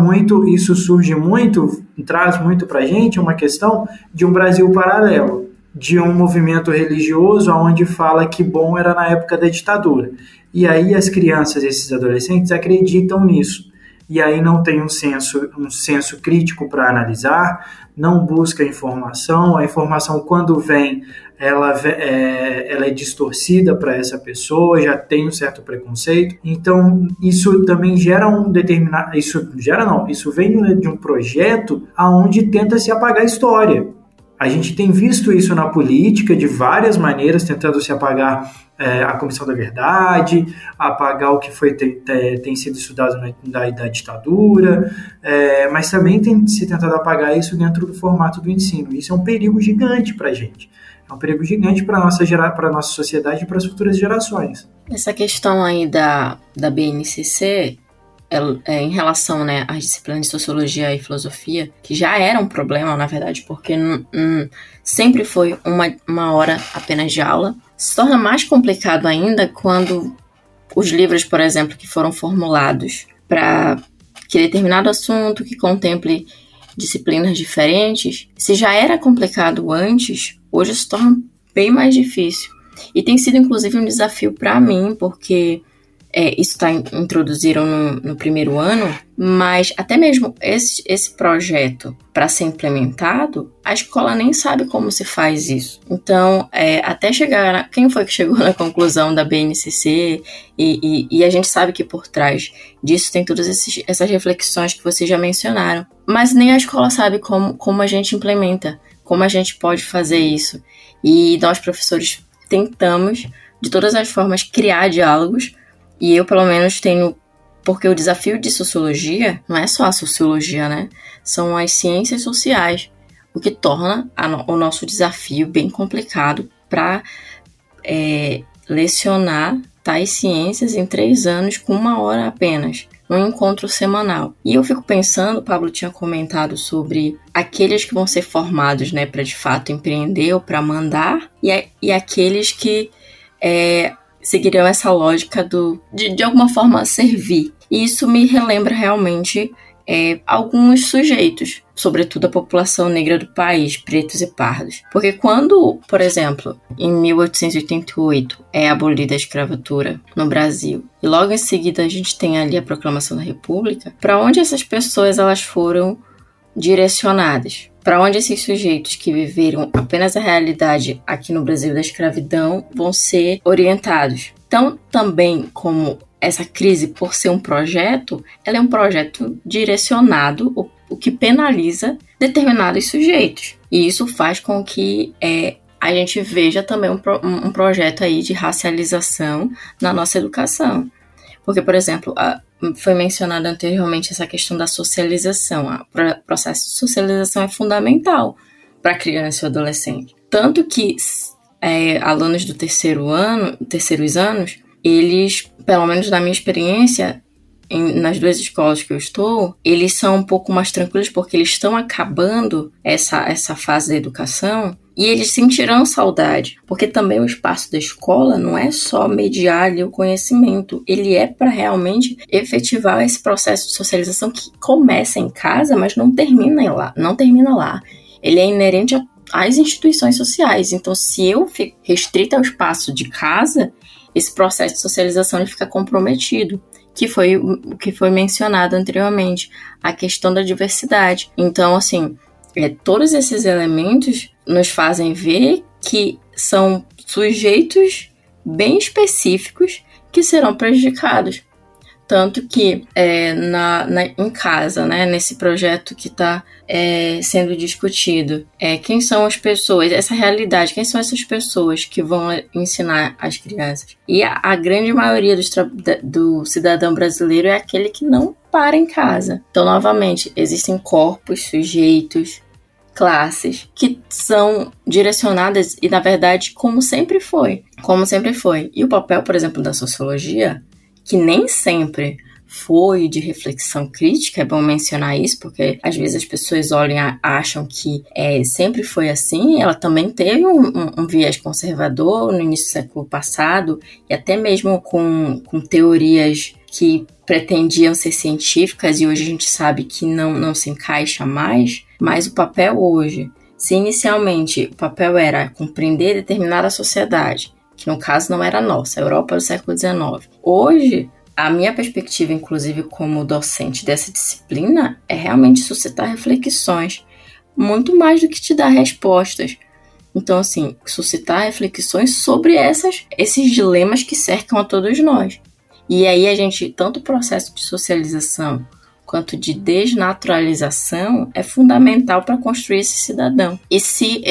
traz muito para a gente uma questão de um Brasil paralelo, de um movimento religioso onde fala que bom era na época da ditadura. E aí as crianças, esses adolescentes, acreditam nisso. E aí não tem um senso crítico para analisar, não busca informação, a informação quando vem, ela é distorcida para essa pessoa, já tem um certo preconceito, então isso também gera isso vem de um projeto onde tenta se apagar a história. A gente tem visto isso na política de várias maneiras, tentando se apagar a Comissão da Verdade, apagar o que tem sido estudado da ditadura, mas também tem se tentado apagar isso dentro do formato do ensino. Isso é um perigo gigante para a gente. É um perigo gigante para a nossa sociedade e para as futuras gerações.
Essa questão aí da BNCC... em relação, né, às disciplinas de sociologia e filosofia, que já era um problema, na verdade, porque sempre foi uma hora apenas de aula, se torna mais complicado ainda quando os livros, por exemplo, que foram formulados para que determinado assunto que contemple disciplinas diferentes, se já era complicado antes, hoje se torna bem mais difícil. E tem sido, inclusive, um desafio para mim, porque... isso está introduzido no primeiro ano, mas até mesmo esse projeto, para ser implementado, a escola nem sabe como se faz isso. Então, até chegar... Quem foi que chegou na conclusão da BNCC? E a gente sabe que por trás disso tem todas essas reflexões que vocês já mencionaram. Mas nem a escola sabe como a gente implementa, como a gente pode fazer isso. E nós, professores, tentamos, de todas as formas, criar diálogos. E eu, pelo menos, tenho... Porque o desafio de sociologia não é só a sociologia, né? São as ciências sociais, o que torna o nosso desafio bem complicado para lecionar tais ciências em 3 anos com 1 hora apenas, num encontro semanal. E eu fico pensando, o Pablo tinha comentado sobre aqueles que vão ser formados, né, para de fato empreender ou para mandar, e aqueles que... seguiriam essa lógica de alguma forma servir. E isso me relembra realmente alguns sujeitos, sobretudo a população negra do país, pretos e pardos. Porque quando, por exemplo, em 1888 é abolida a escravatura no Brasil, e logo em seguida a gente tem ali a proclamação da República, para onde essas pessoas elas foram direcionadas? Para onde esses sujeitos que viveram apenas a realidade aqui no Brasil da escravidão vão ser orientados? Então, também como essa crise, por ser um projeto, ela é um projeto direcionado, o que penaliza determinados sujeitos. E isso faz com que a gente veja também um projeto aí de racialização na nossa educação. Porque, por exemplo, foi mencionada anteriormente essa questão da socialização. O processo de socialização é fundamental para a criança e o adolescente. Tanto que alunos do terceiros anos, eles, pelo menos na minha experiência, nas 2 escolas que eu estou, eles são um pouco mais tranquilos porque eles estão acabando essa fase da educação e eles sentirão saudade, porque também o espaço da escola não é só mediar ali o conhecimento, ele é para realmente efetivar esse processo de socialização que começa em casa, mas não termina lá. Ele é inerente às instituições sociais. Então, se eu fico restrita ao espaço de casa, esse processo de socialização ele fica comprometido, que foi o que foi mencionado anteriormente, a questão da diversidade. Então, assim, todos esses elementos nos fazem ver que são sujeitos bem específicos que serão prejudicados. Tanto que em casa, né, nesse projeto que está sendo discutido, quem são as pessoas, essa realidade, quem são essas pessoas que vão ensinar as crianças? E a grande maioria do cidadão brasileiro é aquele que não para em casa. Então, novamente, existem corpos, sujeitos, classes que são direcionadas e, na verdade, como sempre foi. E o papel, por exemplo, da sociologia, que nem sempre foi de reflexão crítica, é bom mencionar isso, porque às vezes as pessoas olham e acham que sempre foi assim. Ela também teve um viés conservador no início do século passado, e até mesmo com teorias que pretendiam ser científicas, e hoje a gente sabe que não se encaixa mais. Mas o papel hoje, se inicialmente o papel era compreender determinada sociedade, que no caso não era nossa, a Europa do século XIX. Hoje, a minha perspectiva, inclusive como docente dessa disciplina, é realmente suscitar reflexões, muito mais do que te dar respostas. Então, assim, suscitar reflexões sobre esses dilemas que cercam a todos nós. E aí tanto o processo de socialização quanto de desnaturalização é fundamental para construir esse cidadão. E se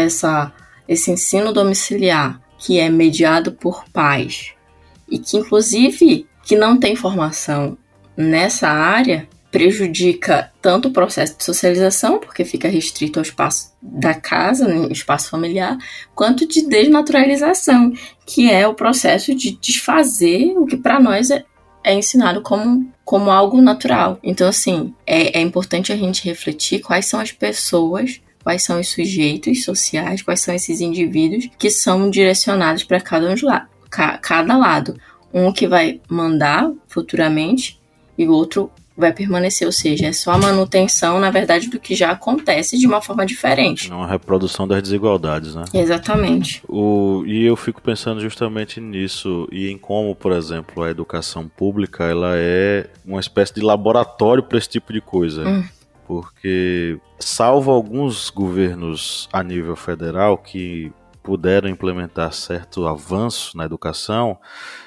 esse ensino domiciliar, que é mediado por pais e que, inclusive, que não tem formação nessa área, prejudica tanto o processo de socialização, porque fica restrito ao espaço da casa, no espaço familiar, quanto de desnaturalização, que é o processo de desfazer o que para nós é ensinado como algo natural. Então, assim, é importante a gente refletir quais são as pessoas, quais são os sujeitos sociais, quais são esses indivíduos que são direcionados para cada lado. Um que vai mandar futuramente e o outro vai permanecer, ou seja, é só a manutenção, na verdade, do que já acontece de uma forma diferente.
É uma reprodução das desigualdades, né?
Exatamente.
E eu fico pensando justamente nisso e em como, por exemplo, a educação pública ela é uma espécie de laboratório para esse tipo de coisa. Porque, salvo alguns governos a nível federal que puderam implementar certo avanço na educação,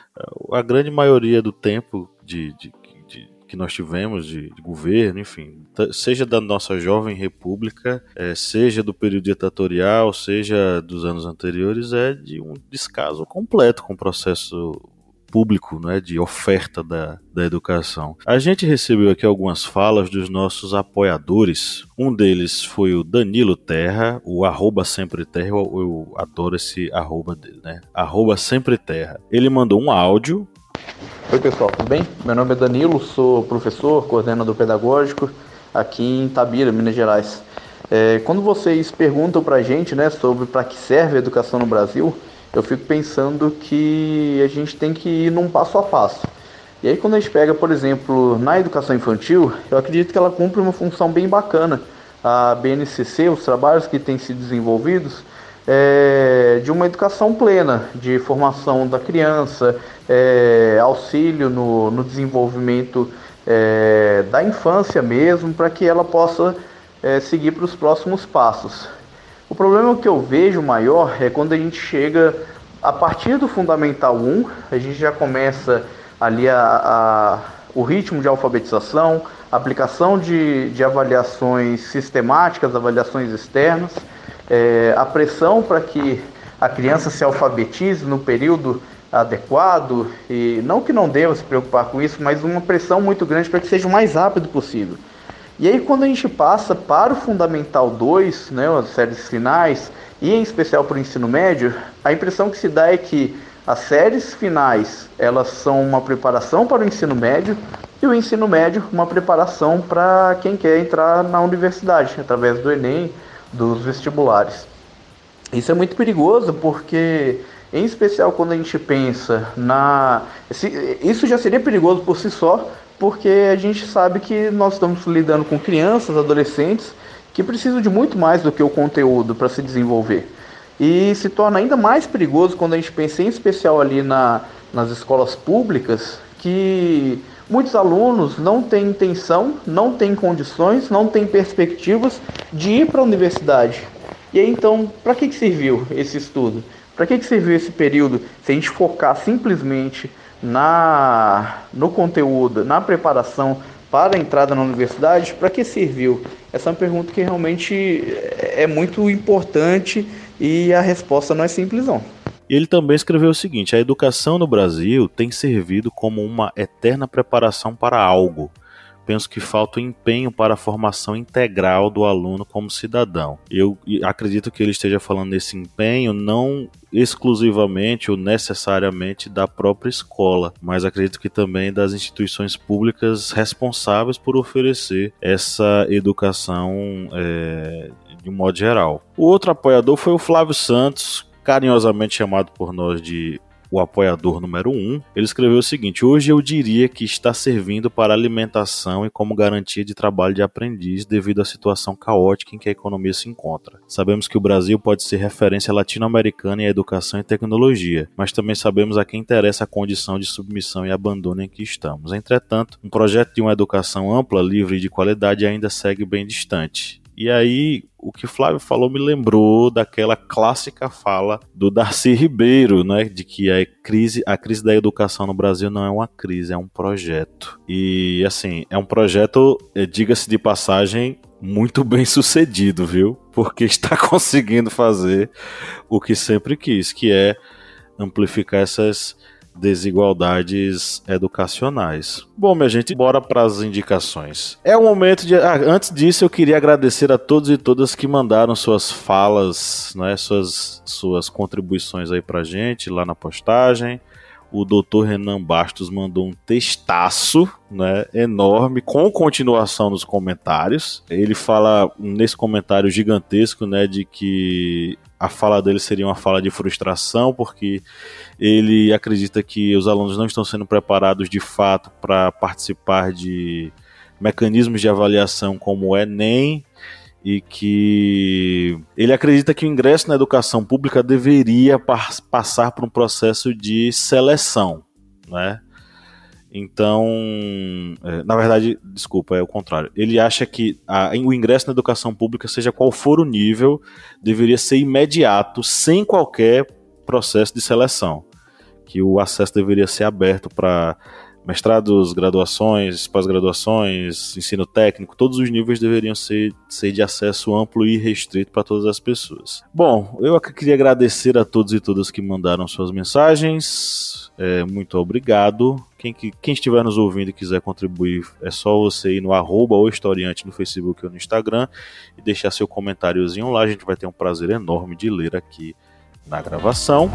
a grande maioria do tempo que nós tivemos de governo, enfim, seja da nossa jovem república, seja do período ditatorial, seja dos anos anteriores, é de um descaso completo com o processo público, né, de oferta da educação. A gente recebeu aqui algumas falas dos nossos apoiadores. Um deles foi o Danilo Terra, o @SempreTerra. Eu adoro esse arroba dele, né? @SempreTerra. Ele mandou um áudio.
Oi pessoal, tudo bem? Meu nome é Danilo, sou professor, coordenador pedagógico aqui em Itabira, Minas Gerais. Quando vocês perguntam pra gente, né, sobre para que serve a educação no Brasil, eu fico pensando que a gente tem que ir num passo a passo. E aí quando a gente pega, por exemplo, na educação infantil, eu acredito que ela cumpre uma função bem bacana. A BNCC, os trabalhos que têm sido desenvolvidos, de uma educação plena, de formação da criança, auxílio no desenvolvimento da infância mesmo, para que ela possa seguir para os próximos passos. O problema que eu vejo maior é quando a gente chega a partir do Fundamental 1, a gente já começa ali o ritmo de alfabetização, aplicação de avaliações sistemáticas, avaliações externas, a pressão para que a criança se alfabetize no período adequado, e não que não deva se preocupar com isso, mas uma pressão muito grande para que seja o mais rápido possível. E aí quando a gente passa para o Fundamental 2, né, as séries finais, e em especial para o ensino médio, a impressão que se dá é que as séries finais, elas são uma preparação para o ensino médio, e o ensino médio uma preparação para quem quer entrar na universidade, através do Enem, dos vestibulares. Isso é muito perigoso porque, em especial quando a gente pensa isso já seria perigoso por si só, porque a gente sabe que nós estamos lidando com crianças, adolescentes, que precisam de muito mais do que o conteúdo para se desenvolver. E se torna ainda mais perigoso quando a gente pensa em especial ali nas escolas públicas, que muitos alunos não têm intenção, não têm condições, não têm perspectivas de ir para a universidade. E aí então, para que serviu esse estudo? Para que serviu esse período se a gente focar simplesmente no conteúdo, na preparação para a entrada na universidade? Para que serviu? Essa é uma pergunta que realmente é muito importante e a resposta não é simples não.
Ele também escreveu o seguinte: a educação no Brasil tem servido como uma eterna preparação para algo. Penso que falta o empenho para a formação integral do aluno como cidadão. Eu acredito que ele esteja falando desse empenho não exclusivamente ou necessariamente da própria escola, mas acredito que também das instituições públicas responsáveis por oferecer essa educação de um modo geral. O outro apoiador foi o Flávio Santos, carinhosamente chamado por nós de o apoiador número 1, ele escreveu o seguinte: hoje eu diria que está servindo para alimentação e como garantia de trabalho de aprendiz devido à situação caótica em que a economia se encontra. Sabemos que o Brasil pode ser referência latino-americana em educação e tecnologia, mas também sabemos a quem interessa a condição de submissão e abandono em que estamos. Entretanto, um projeto de uma educação ampla, livre e de qualidade ainda segue bem distante. E aí, o que Flávio falou me lembrou daquela clássica fala do Darcy Ribeiro, né, de que a crise da educação no Brasil não é uma crise, é um projeto. E, assim, é um projeto, diga-se de passagem, muito bem sucedido, viu? Porque está conseguindo fazer o que sempre quis, que é amplificar essas desigualdades educacionais. Bom, minha gente, bora para as indicações. É o momento de... antes disso, eu queria agradecer a todos e todas que mandaram suas falas, né, suas contribuições aí pra gente, lá na postagem. O Dr. Renan Bastos mandou um textaço, né, enorme, com continuação nos comentários. Ele fala nesse comentário gigantesco, né, de que a fala dele seria uma fala de frustração, porque ele acredita que os alunos não estão sendo preparados de fato para participar de mecanismos de avaliação como o Enem, e que ele acredita que o ingresso na educação pública deveria passar por um processo de seleção, né? Então, na verdade, desculpa, é o contrário. Ele acha que o ingresso na educação pública, seja qual for o nível, deveria ser imediato, sem qualquer processo de seleção. Que o acesso deveria ser aberto para mestrados, graduações, pós-graduações, ensino técnico, todos os níveis deveriam ser de acesso amplo e restrito para todas as pessoas. Bom, eu queria agradecer a todos e todas que mandaram suas mensagens. Muito obrigado. Quem estiver nos ouvindo e quiser contribuir, é só você ir no @ohistoriante no Facebook ou no Instagram e deixar seu comentáriozinho lá. A gente vai ter um prazer enorme de ler aqui na gravação.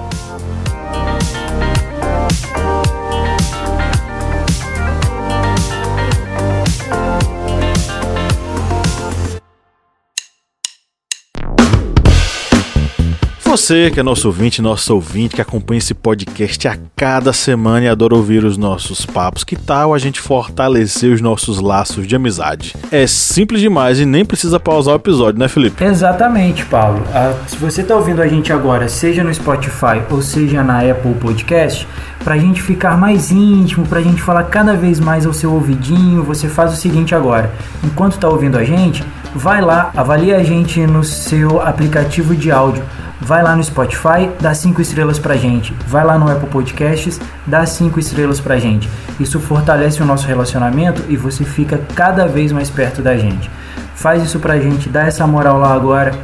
Você que é nosso ouvinte, que acompanha esse podcast a cada semana e adora ouvir os nossos papos, que tal a gente fortalecer os nossos laços de amizade? É simples demais e nem precisa pausar o episódio, né, Felipe?
Exatamente, Paulo. Se você está ouvindo a gente agora, seja no Spotify ou seja na Apple Podcast, pra gente ficar mais íntimo, pra gente falar cada vez mais ao seu ouvidinho, você faz o seguinte agora. Enquanto tá ouvindo a gente, vai lá, avalia a gente no seu aplicativo de áudio. Vai lá no Spotify, dá 5 estrelas pra gente. Vai lá no Apple Podcasts, dá 5 estrelas pra gente. Isso fortalece o nosso relacionamento e você fica cada vez mais perto da gente. Faz isso pra gente, dá essa moral lá agora.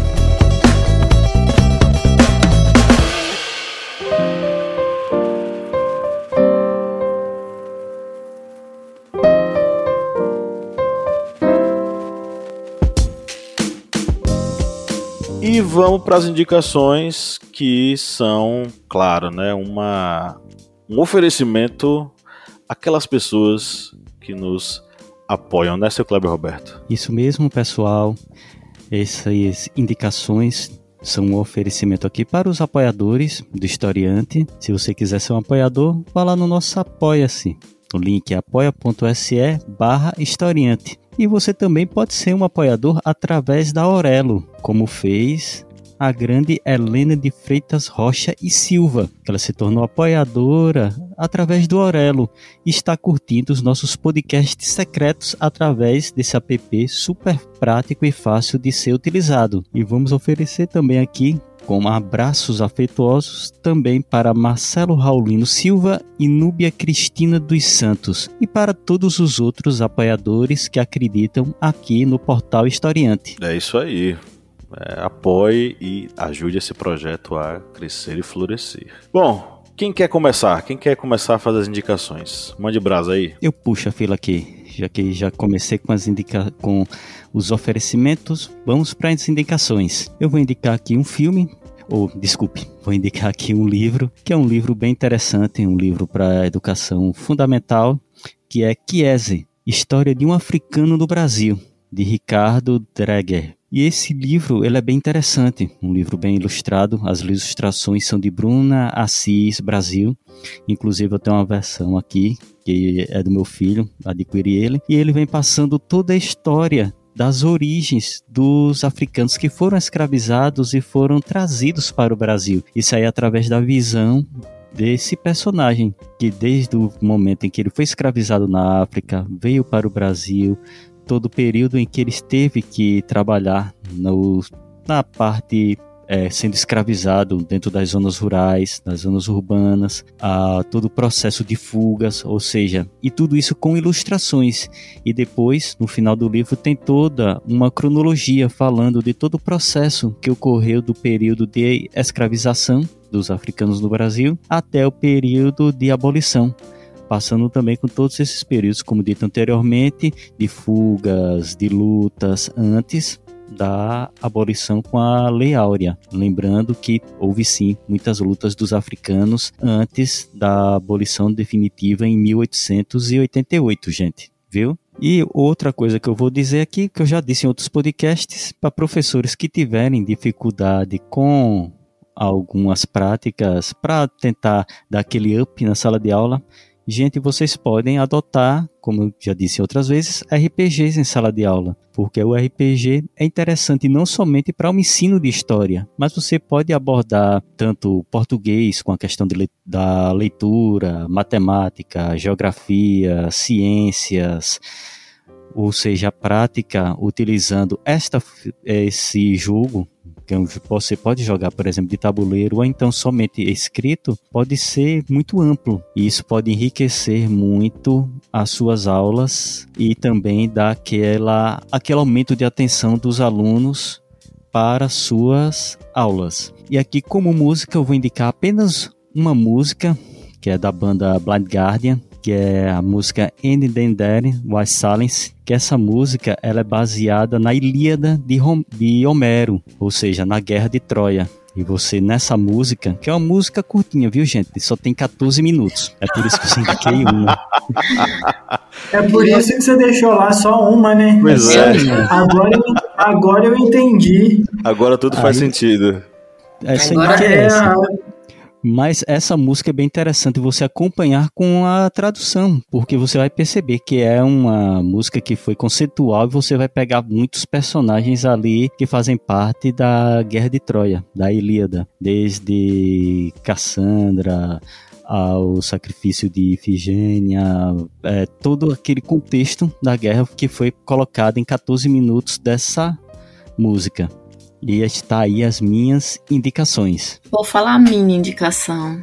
E vamos para as indicações que são, claro, né, um oferecimento àquelas pessoas que nos apoiam, né, seu Kleber Roberto?
Isso mesmo, pessoal. Essas indicações são um oferecimento aqui para os apoiadores do Historiante. Se você quiser ser um apoiador, vá lá no nosso Apoia-se. O link é apoia.se/historiante. E você também pode ser um apoiador através da Aurelo, como fez a grande Helena de Freitas Rocha e Silva. Ela se tornou apoiadora através do Aurelo e está curtindo os nossos podcasts secretos através desse app super prático e fácil de ser utilizado. E vamos oferecer também aqui, com abraços afetuosos, também para Marcelo Raulino Silva e Núbia Cristina dos Santos, e para todos os outros apoiadores que acreditam aqui no Portal Historiante.
É isso aí. Apoie e ajude esse projeto a crescer e florescer. Bom, quem quer começar? Quem quer começar a fazer as indicações? Mande brasa aí.
Eu puxo a fila aqui, já que já comecei com com os oferecimentos, vamos para as indicações. Eu vou indicar aqui um filme, vou indicar aqui um livro, que é um livro bem interessante, um livro para educação fundamental, que é Chiesi, História de um Africano no Brasil, de Ricardo Dreger. E esse livro, ele é bem interessante, um livro bem ilustrado, as ilustrações são de Bruna Assis Brasil, inclusive eu tenho uma versão aqui, que é do meu filho, adquiri ele, e ele vem passando toda a história das origens dos africanos que foram escravizados e foram trazidos para o Brasil. Isso aí através da visão desse personagem, que desde o momento em que ele foi escravizado na África, veio para o Brasil, todo o período em que ele teve que trabalhar na parte sendo escravizado dentro das zonas rurais, das zonas urbanas, todo o processo de fugas, ou seja, e tudo isso com ilustrações. E depois, no final do livro, tem toda uma cronologia falando de todo o processo que ocorreu do período de escravização dos africanos no Brasil até o período de abolição, passando também com todos esses períodos, como dito anteriormente, de fugas, de lutas antes da abolição com a Lei Áurea. Lembrando que houve sim muitas lutas dos africanos antes da abolição definitiva em 1888, gente, viu? E outra coisa que eu vou dizer aqui, que eu já disse em outros podcasts, para professores que tiverem dificuldade com algumas práticas para tentar dar aquele up na sala de aula, gente, vocês podem adotar, como eu já disse outras vezes, RPGs em sala de aula, porque o RPG é interessante não somente para o ensino de história, mas você pode abordar tanto português com a questão da leitura, matemática, geografia, ciências, ou seja, a prática utilizando esse jogo, que você pode jogar, por exemplo, de tabuleiro ou então somente escrito, pode ser muito amplo. E isso pode enriquecer muito as suas aulas e também dar aquele aumento de atenção dos alunos para suas aulas. E aqui, como música, eu vou indicar apenas uma música, que é da banda Blind Guardian, que é a música And Then There Was Silence, que essa música ela é baseada na Ilíada de Homero, ou seja, na Guerra de Troia. E você, nessa música, que é uma música curtinha, viu, gente? Só tem 14 minutos. É por isso que eu indiquei uma.
É por isso que você deixou lá só uma, né?
Pois é.
Agora eu entendi.
Agora tudo faz sentido.
Essa
Agora
interessa. Mas essa música é bem interessante você acompanhar com a tradução, porque você vai perceber que é uma música que foi conceitual e você vai pegar muitos personagens ali que fazem parte da Guerra de Troia, da Ilíada, desde Cassandra ao sacrifício de Ifigênia, todo aquele contexto da guerra que foi colocado em 14 minutos dessa música. E está aí as minhas indicações.
Vou falar a minha indicação.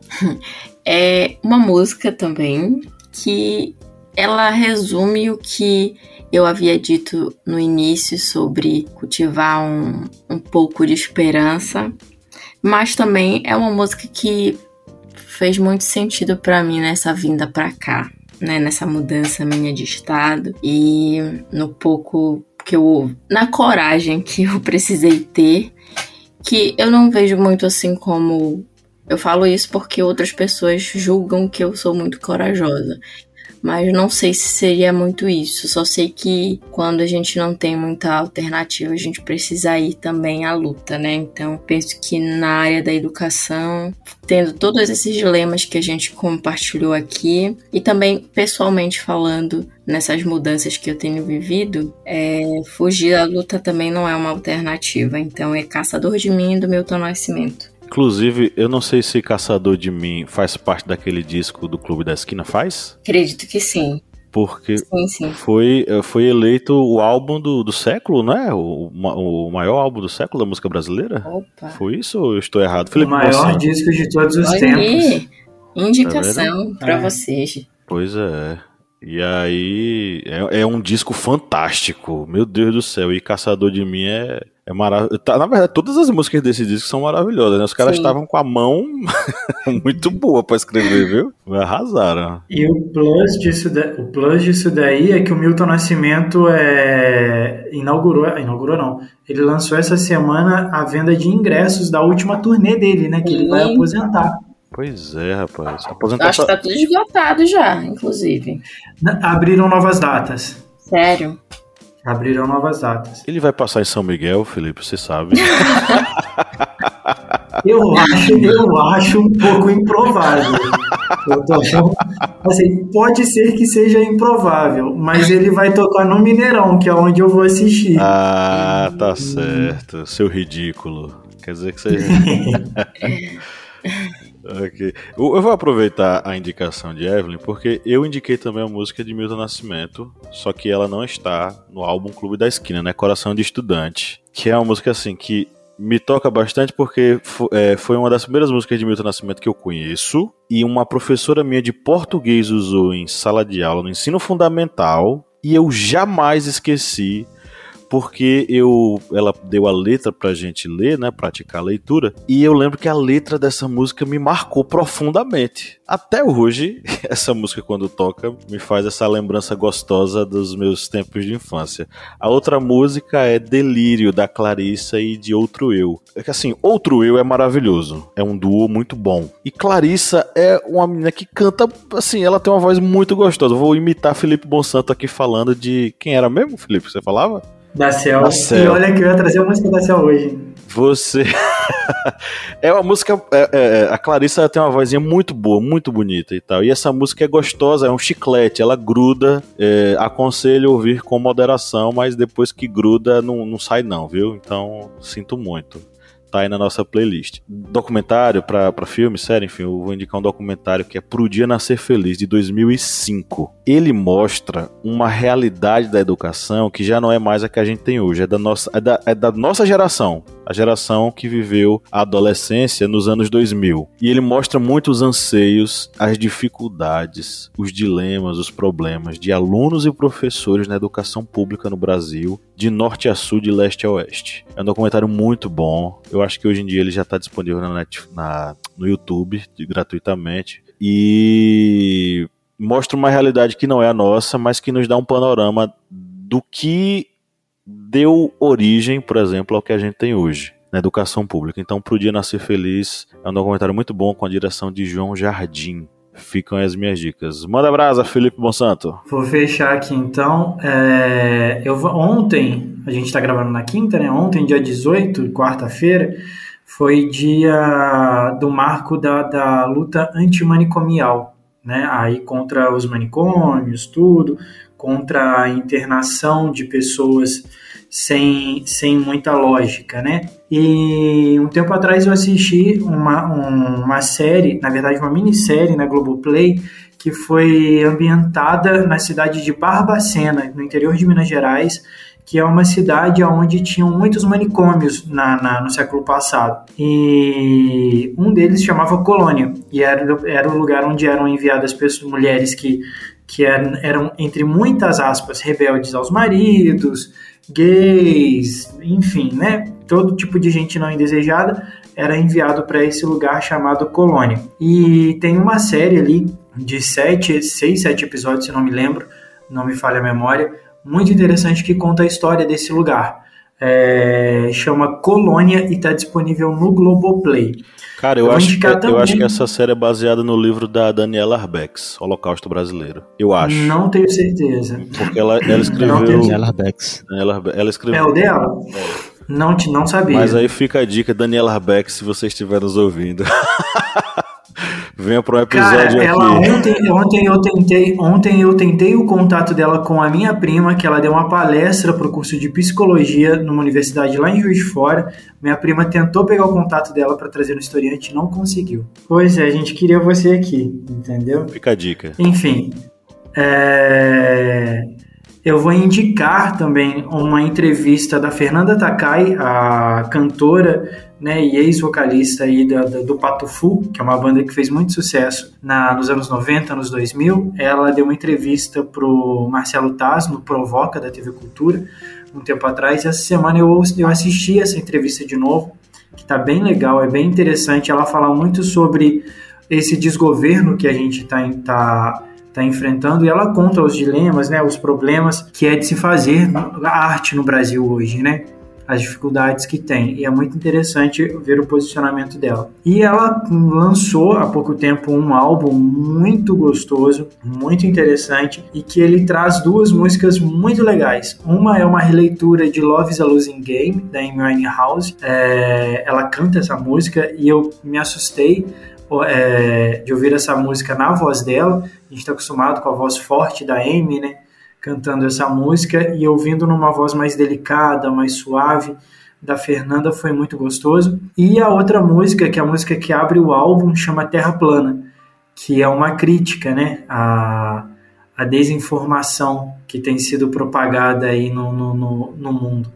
É uma música também que ela resume o que eu havia dito no início sobre cultivar um pouco de esperança, mas também é uma música que fez muito sentido para mim nessa vinda para cá, né, nessa mudança minha de estado e no pouco que na coragem que eu precisei ter, que eu não vejo muito assim como... Eu falo isso porque outras pessoas julgam que eu sou muito corajosa. Mas não sei se seria muito isso. Só sei que quando a gente não tem muita alternativa, a gente precisa ir também à luta, né? Então, penso que na área da educação, tendo todos esses dilemas que a gente compartilhou aqui, e também pessoalmente falando nessas mudanças que eu tenho vivido, fugir da luta também não é uma alternativa. Então, é Caçador de Mim, do Milton Nascimento.
Inclusive, eu não sei se Caçador de Mim faz parte daquele disco do Clube da Esquina, faz?
Acredito que sim.
Porque
sim.
Foi eleito o álbum do século, né? O maior álbum do século da música brasileira.
Opa.
Foi isso ou eu estou errado?
O maior disco de todos os tempos.
Aí, indicação pra vocês.
Pois é. E aí, é um disco fantástico. Meu Deus do céu. E Caçador de Mim é maravilhoso. Na verdade, todas as músicas desse disco são maravilhosas, né? Os caras estavam com a mão muito boa pra escrever, viu? Arrasaram.
E o plus disso daí é que o Milton Nascimento inaugurou não. Ele lançou essa semana a venda de ingressos da última turnê dele, né? Que ele vai aposentar.
Pois é, rapaz.
Acho que tá tudo esgotado já, inclusive.
Abriram novas datas.
Sério?
Abriram novas datas.
Ele vai passar em São Miguel, Felipe, você sabe.
Eu acho um pouco improvável. Assim, pode ser que seja improvável, mas ele vai tocar no Mineirão, que é onde eu vou assistir.
Ah, tá certo. Seu ridículo. Quer dizer que você... Okay. Eu vou aproveitar a indicação de Evelyn, porque eu indiquei também a música de Milton Nascimento, só que ela não está no álbum Clube da Esquina, né? Coração de Estudante, que é uma música assim que me toca bastante porque foi uma das primeiras músicas de Milton Nascimento que eu conheço e uma professora minha de português usou em sala de aula no ensino fundamental e eu jamais esqueci. Porque ela deu a letra pra gente ler, né, praticar a leitura, e eu lembro que a letra dessa música me marcou profundamente. Até hoje, essa música quando toca, me faz essa lembrança gostosa dos meus tempos de infância. A outra música é Delírio, da Clarissa e de Outro Eu. Assim, Outro Eu é maravilhoso, é um duo muito bom. E Clarissa é uma menina que canta, assim, ela tem uma voz muito gostosa. Eu vou imitar Felipe Bonsanto aqui falando de... Quem era mesmo, Felipe? Você falava?
Da Cel. E olha que eu ia trazer a música da Cel hoje.
Você... É uma música... A Clarissa tem uma vozinha muito boa, muito bonita e tal. E essa música é gostosa, é um chiclete, ela gruda. Aconselho ouvir com moderação, mas depois que gruda não sai não, viu? Então, sinto muito. Tá aí na nossa playlist. Documentário pra filme, série, enfim, eu vou indicar um documentário que é Pro Dia Nascer Feliz, de 2005. Ele mostra uma realidade da educação que já não é mais a que a gente tem hoje, é da nossa geração, a geração que viveu a adolescência nos anos 2000. E ele mostra muito os anseios, as dificuldades, os dilemas, os problemas de alunos e professores na educação pública no Brasil, de norte a sul, de leste a oeste. É um documentário muito bom. Eu acho que hoje em dia ele já está disponível no YouTube, gratuitamente. E mostra uma realidade que não é a nossa, mas que nos dá um panorama do que deu origem, por exemplo, ao que a gente tem hoje na educação pública. Então, Pro Dia Nascer Feliz é um documentário muito bom com a direção de João Jardim. Ficam as minhas dicas. Manda brasa, Felipe Bonsanto.
Vou fechar aqui então. Ontem, a gente está gravando na quinta, né? Ontem, dia 18, quarta-feira, foi dia do marco da luta antimanicomial, né? Aí contra os manicômios, tudo, contra a internação de pessoas sem muita lógica, né? E um tempo atrás eu assisti uma série, na verdade uma minissérie na Globoplay, que foi ambientada na cidade de Barbacena, no interior de Minas Gerais, que é uma cidade onde tinham muitos manicômios no século passado. E um deles chamava Colônia, e era o lugar onde eram enviadas mulheres que eram, entre muitas aspas, rebeldes aos maridos, gays, enfim, né? Todo tipo de gente não indesejada era enviado para esse lugar chamado Colônia. E tem uma série ali de 6, 7 episódios, se não me lembro, não me falha a memória, muito interessante, que conta a história desse lugar. Chama Colônia e está disponível no Globoplay.
Cara, eu acho que essa série é baseada no livro da Daniela Arbex, Holocausto Brasileiro. Eu acho.
Não tenho certeza.
Porque ela escreveu...
Daniela Arbex.
Ela escreveu...
É o dela? Não sabia.
Mas aí fica a dica, Daniela Arbex, se você estiver nos ouvindo. Venha para um episódio.
Cara, ontem eu tentei o contato dela com a minha prima, que ela deu uma palestra para o curso de psicologia numa universidade lá em Juiz de Fora. Minha prima tentou pegar o contato dela para trazer no Historiante e não conseguiu. Pois é, a gente queria você aqui, entendeu?
Fica a dica.
Enfim, eu vou indicar também uma entrevista da Fernanda Takai, a cantora, né, e ex-vocalista aí do Patufu, que é uma banda que fez muito sucesso nos anos 90, anos 2000. Ela deu uma entrevista pro Marcelo Taz, no Provoca, da TV Cultura, um tempo atrás. Essa semana eu assisti essa entrevista de novo, que está bem legal, é bem interessante. Ela fala muito sobre esse desgoverno que a gente está enfrentando, e ela conta os dilemas, né, os problemas que é de se fazer a arte no Brasil hoje, né, as dificuldades que tem, e é muito interessante ver o posicionamento dela. E ela lançou há pouco tempo um álbum muito gostoso, muito interessante, e que ele traz 2 músicas muito legais. Uma é uma releitura de Love is a Losing Game, da Amy Winehouse. Ela canta essa música e eu me assustei de ouvir essa música na voz dela. A gente está acostumado com a voz forte da Amy, né, cantando essa música, e ouvindo numa voz mais delicada, mais suave, da Fernanda, foi muito gostoso. E a outra música, que é a música que abre o álbum, chama Terra Plana, que é uma crítica, né, à desinformação que tem sido propagada aí no mundo.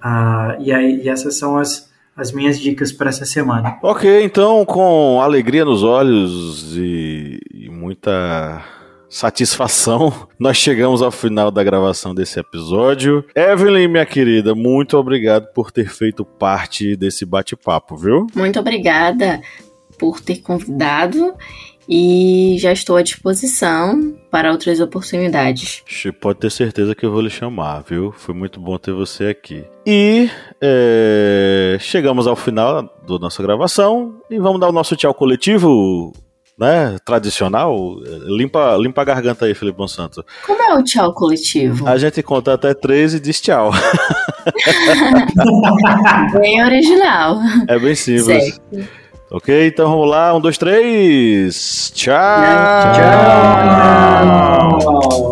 E essas são as minhas dicas para essa semana.
Ok, então, com alegria nos olhos e muita satisfação, nós chegamos ao final da gravação desse episódio. Evelyn, minha querida, muito obrigado por ter feito parte desse bate-papo, viu?
Muito obrigada por ter convidado e já estou à disposição para outras oportunidades.
Pode ter certeza que eu vou lhe chamar, viu? Foi muito bom ter você aqui. E chegamos ao final da nossa gravação e vamos dar o nosso tchau coletivo, né, tradicional. Limpa a garganta aí, Felipe Monsanto.
Como é o tchau coletivo?
A gente conta até 3 e diz tchau.
Bem original.
É bem simples.
Certo.
Ok, então vamos lá. 1, 2, 3. Tchau!
Tchau!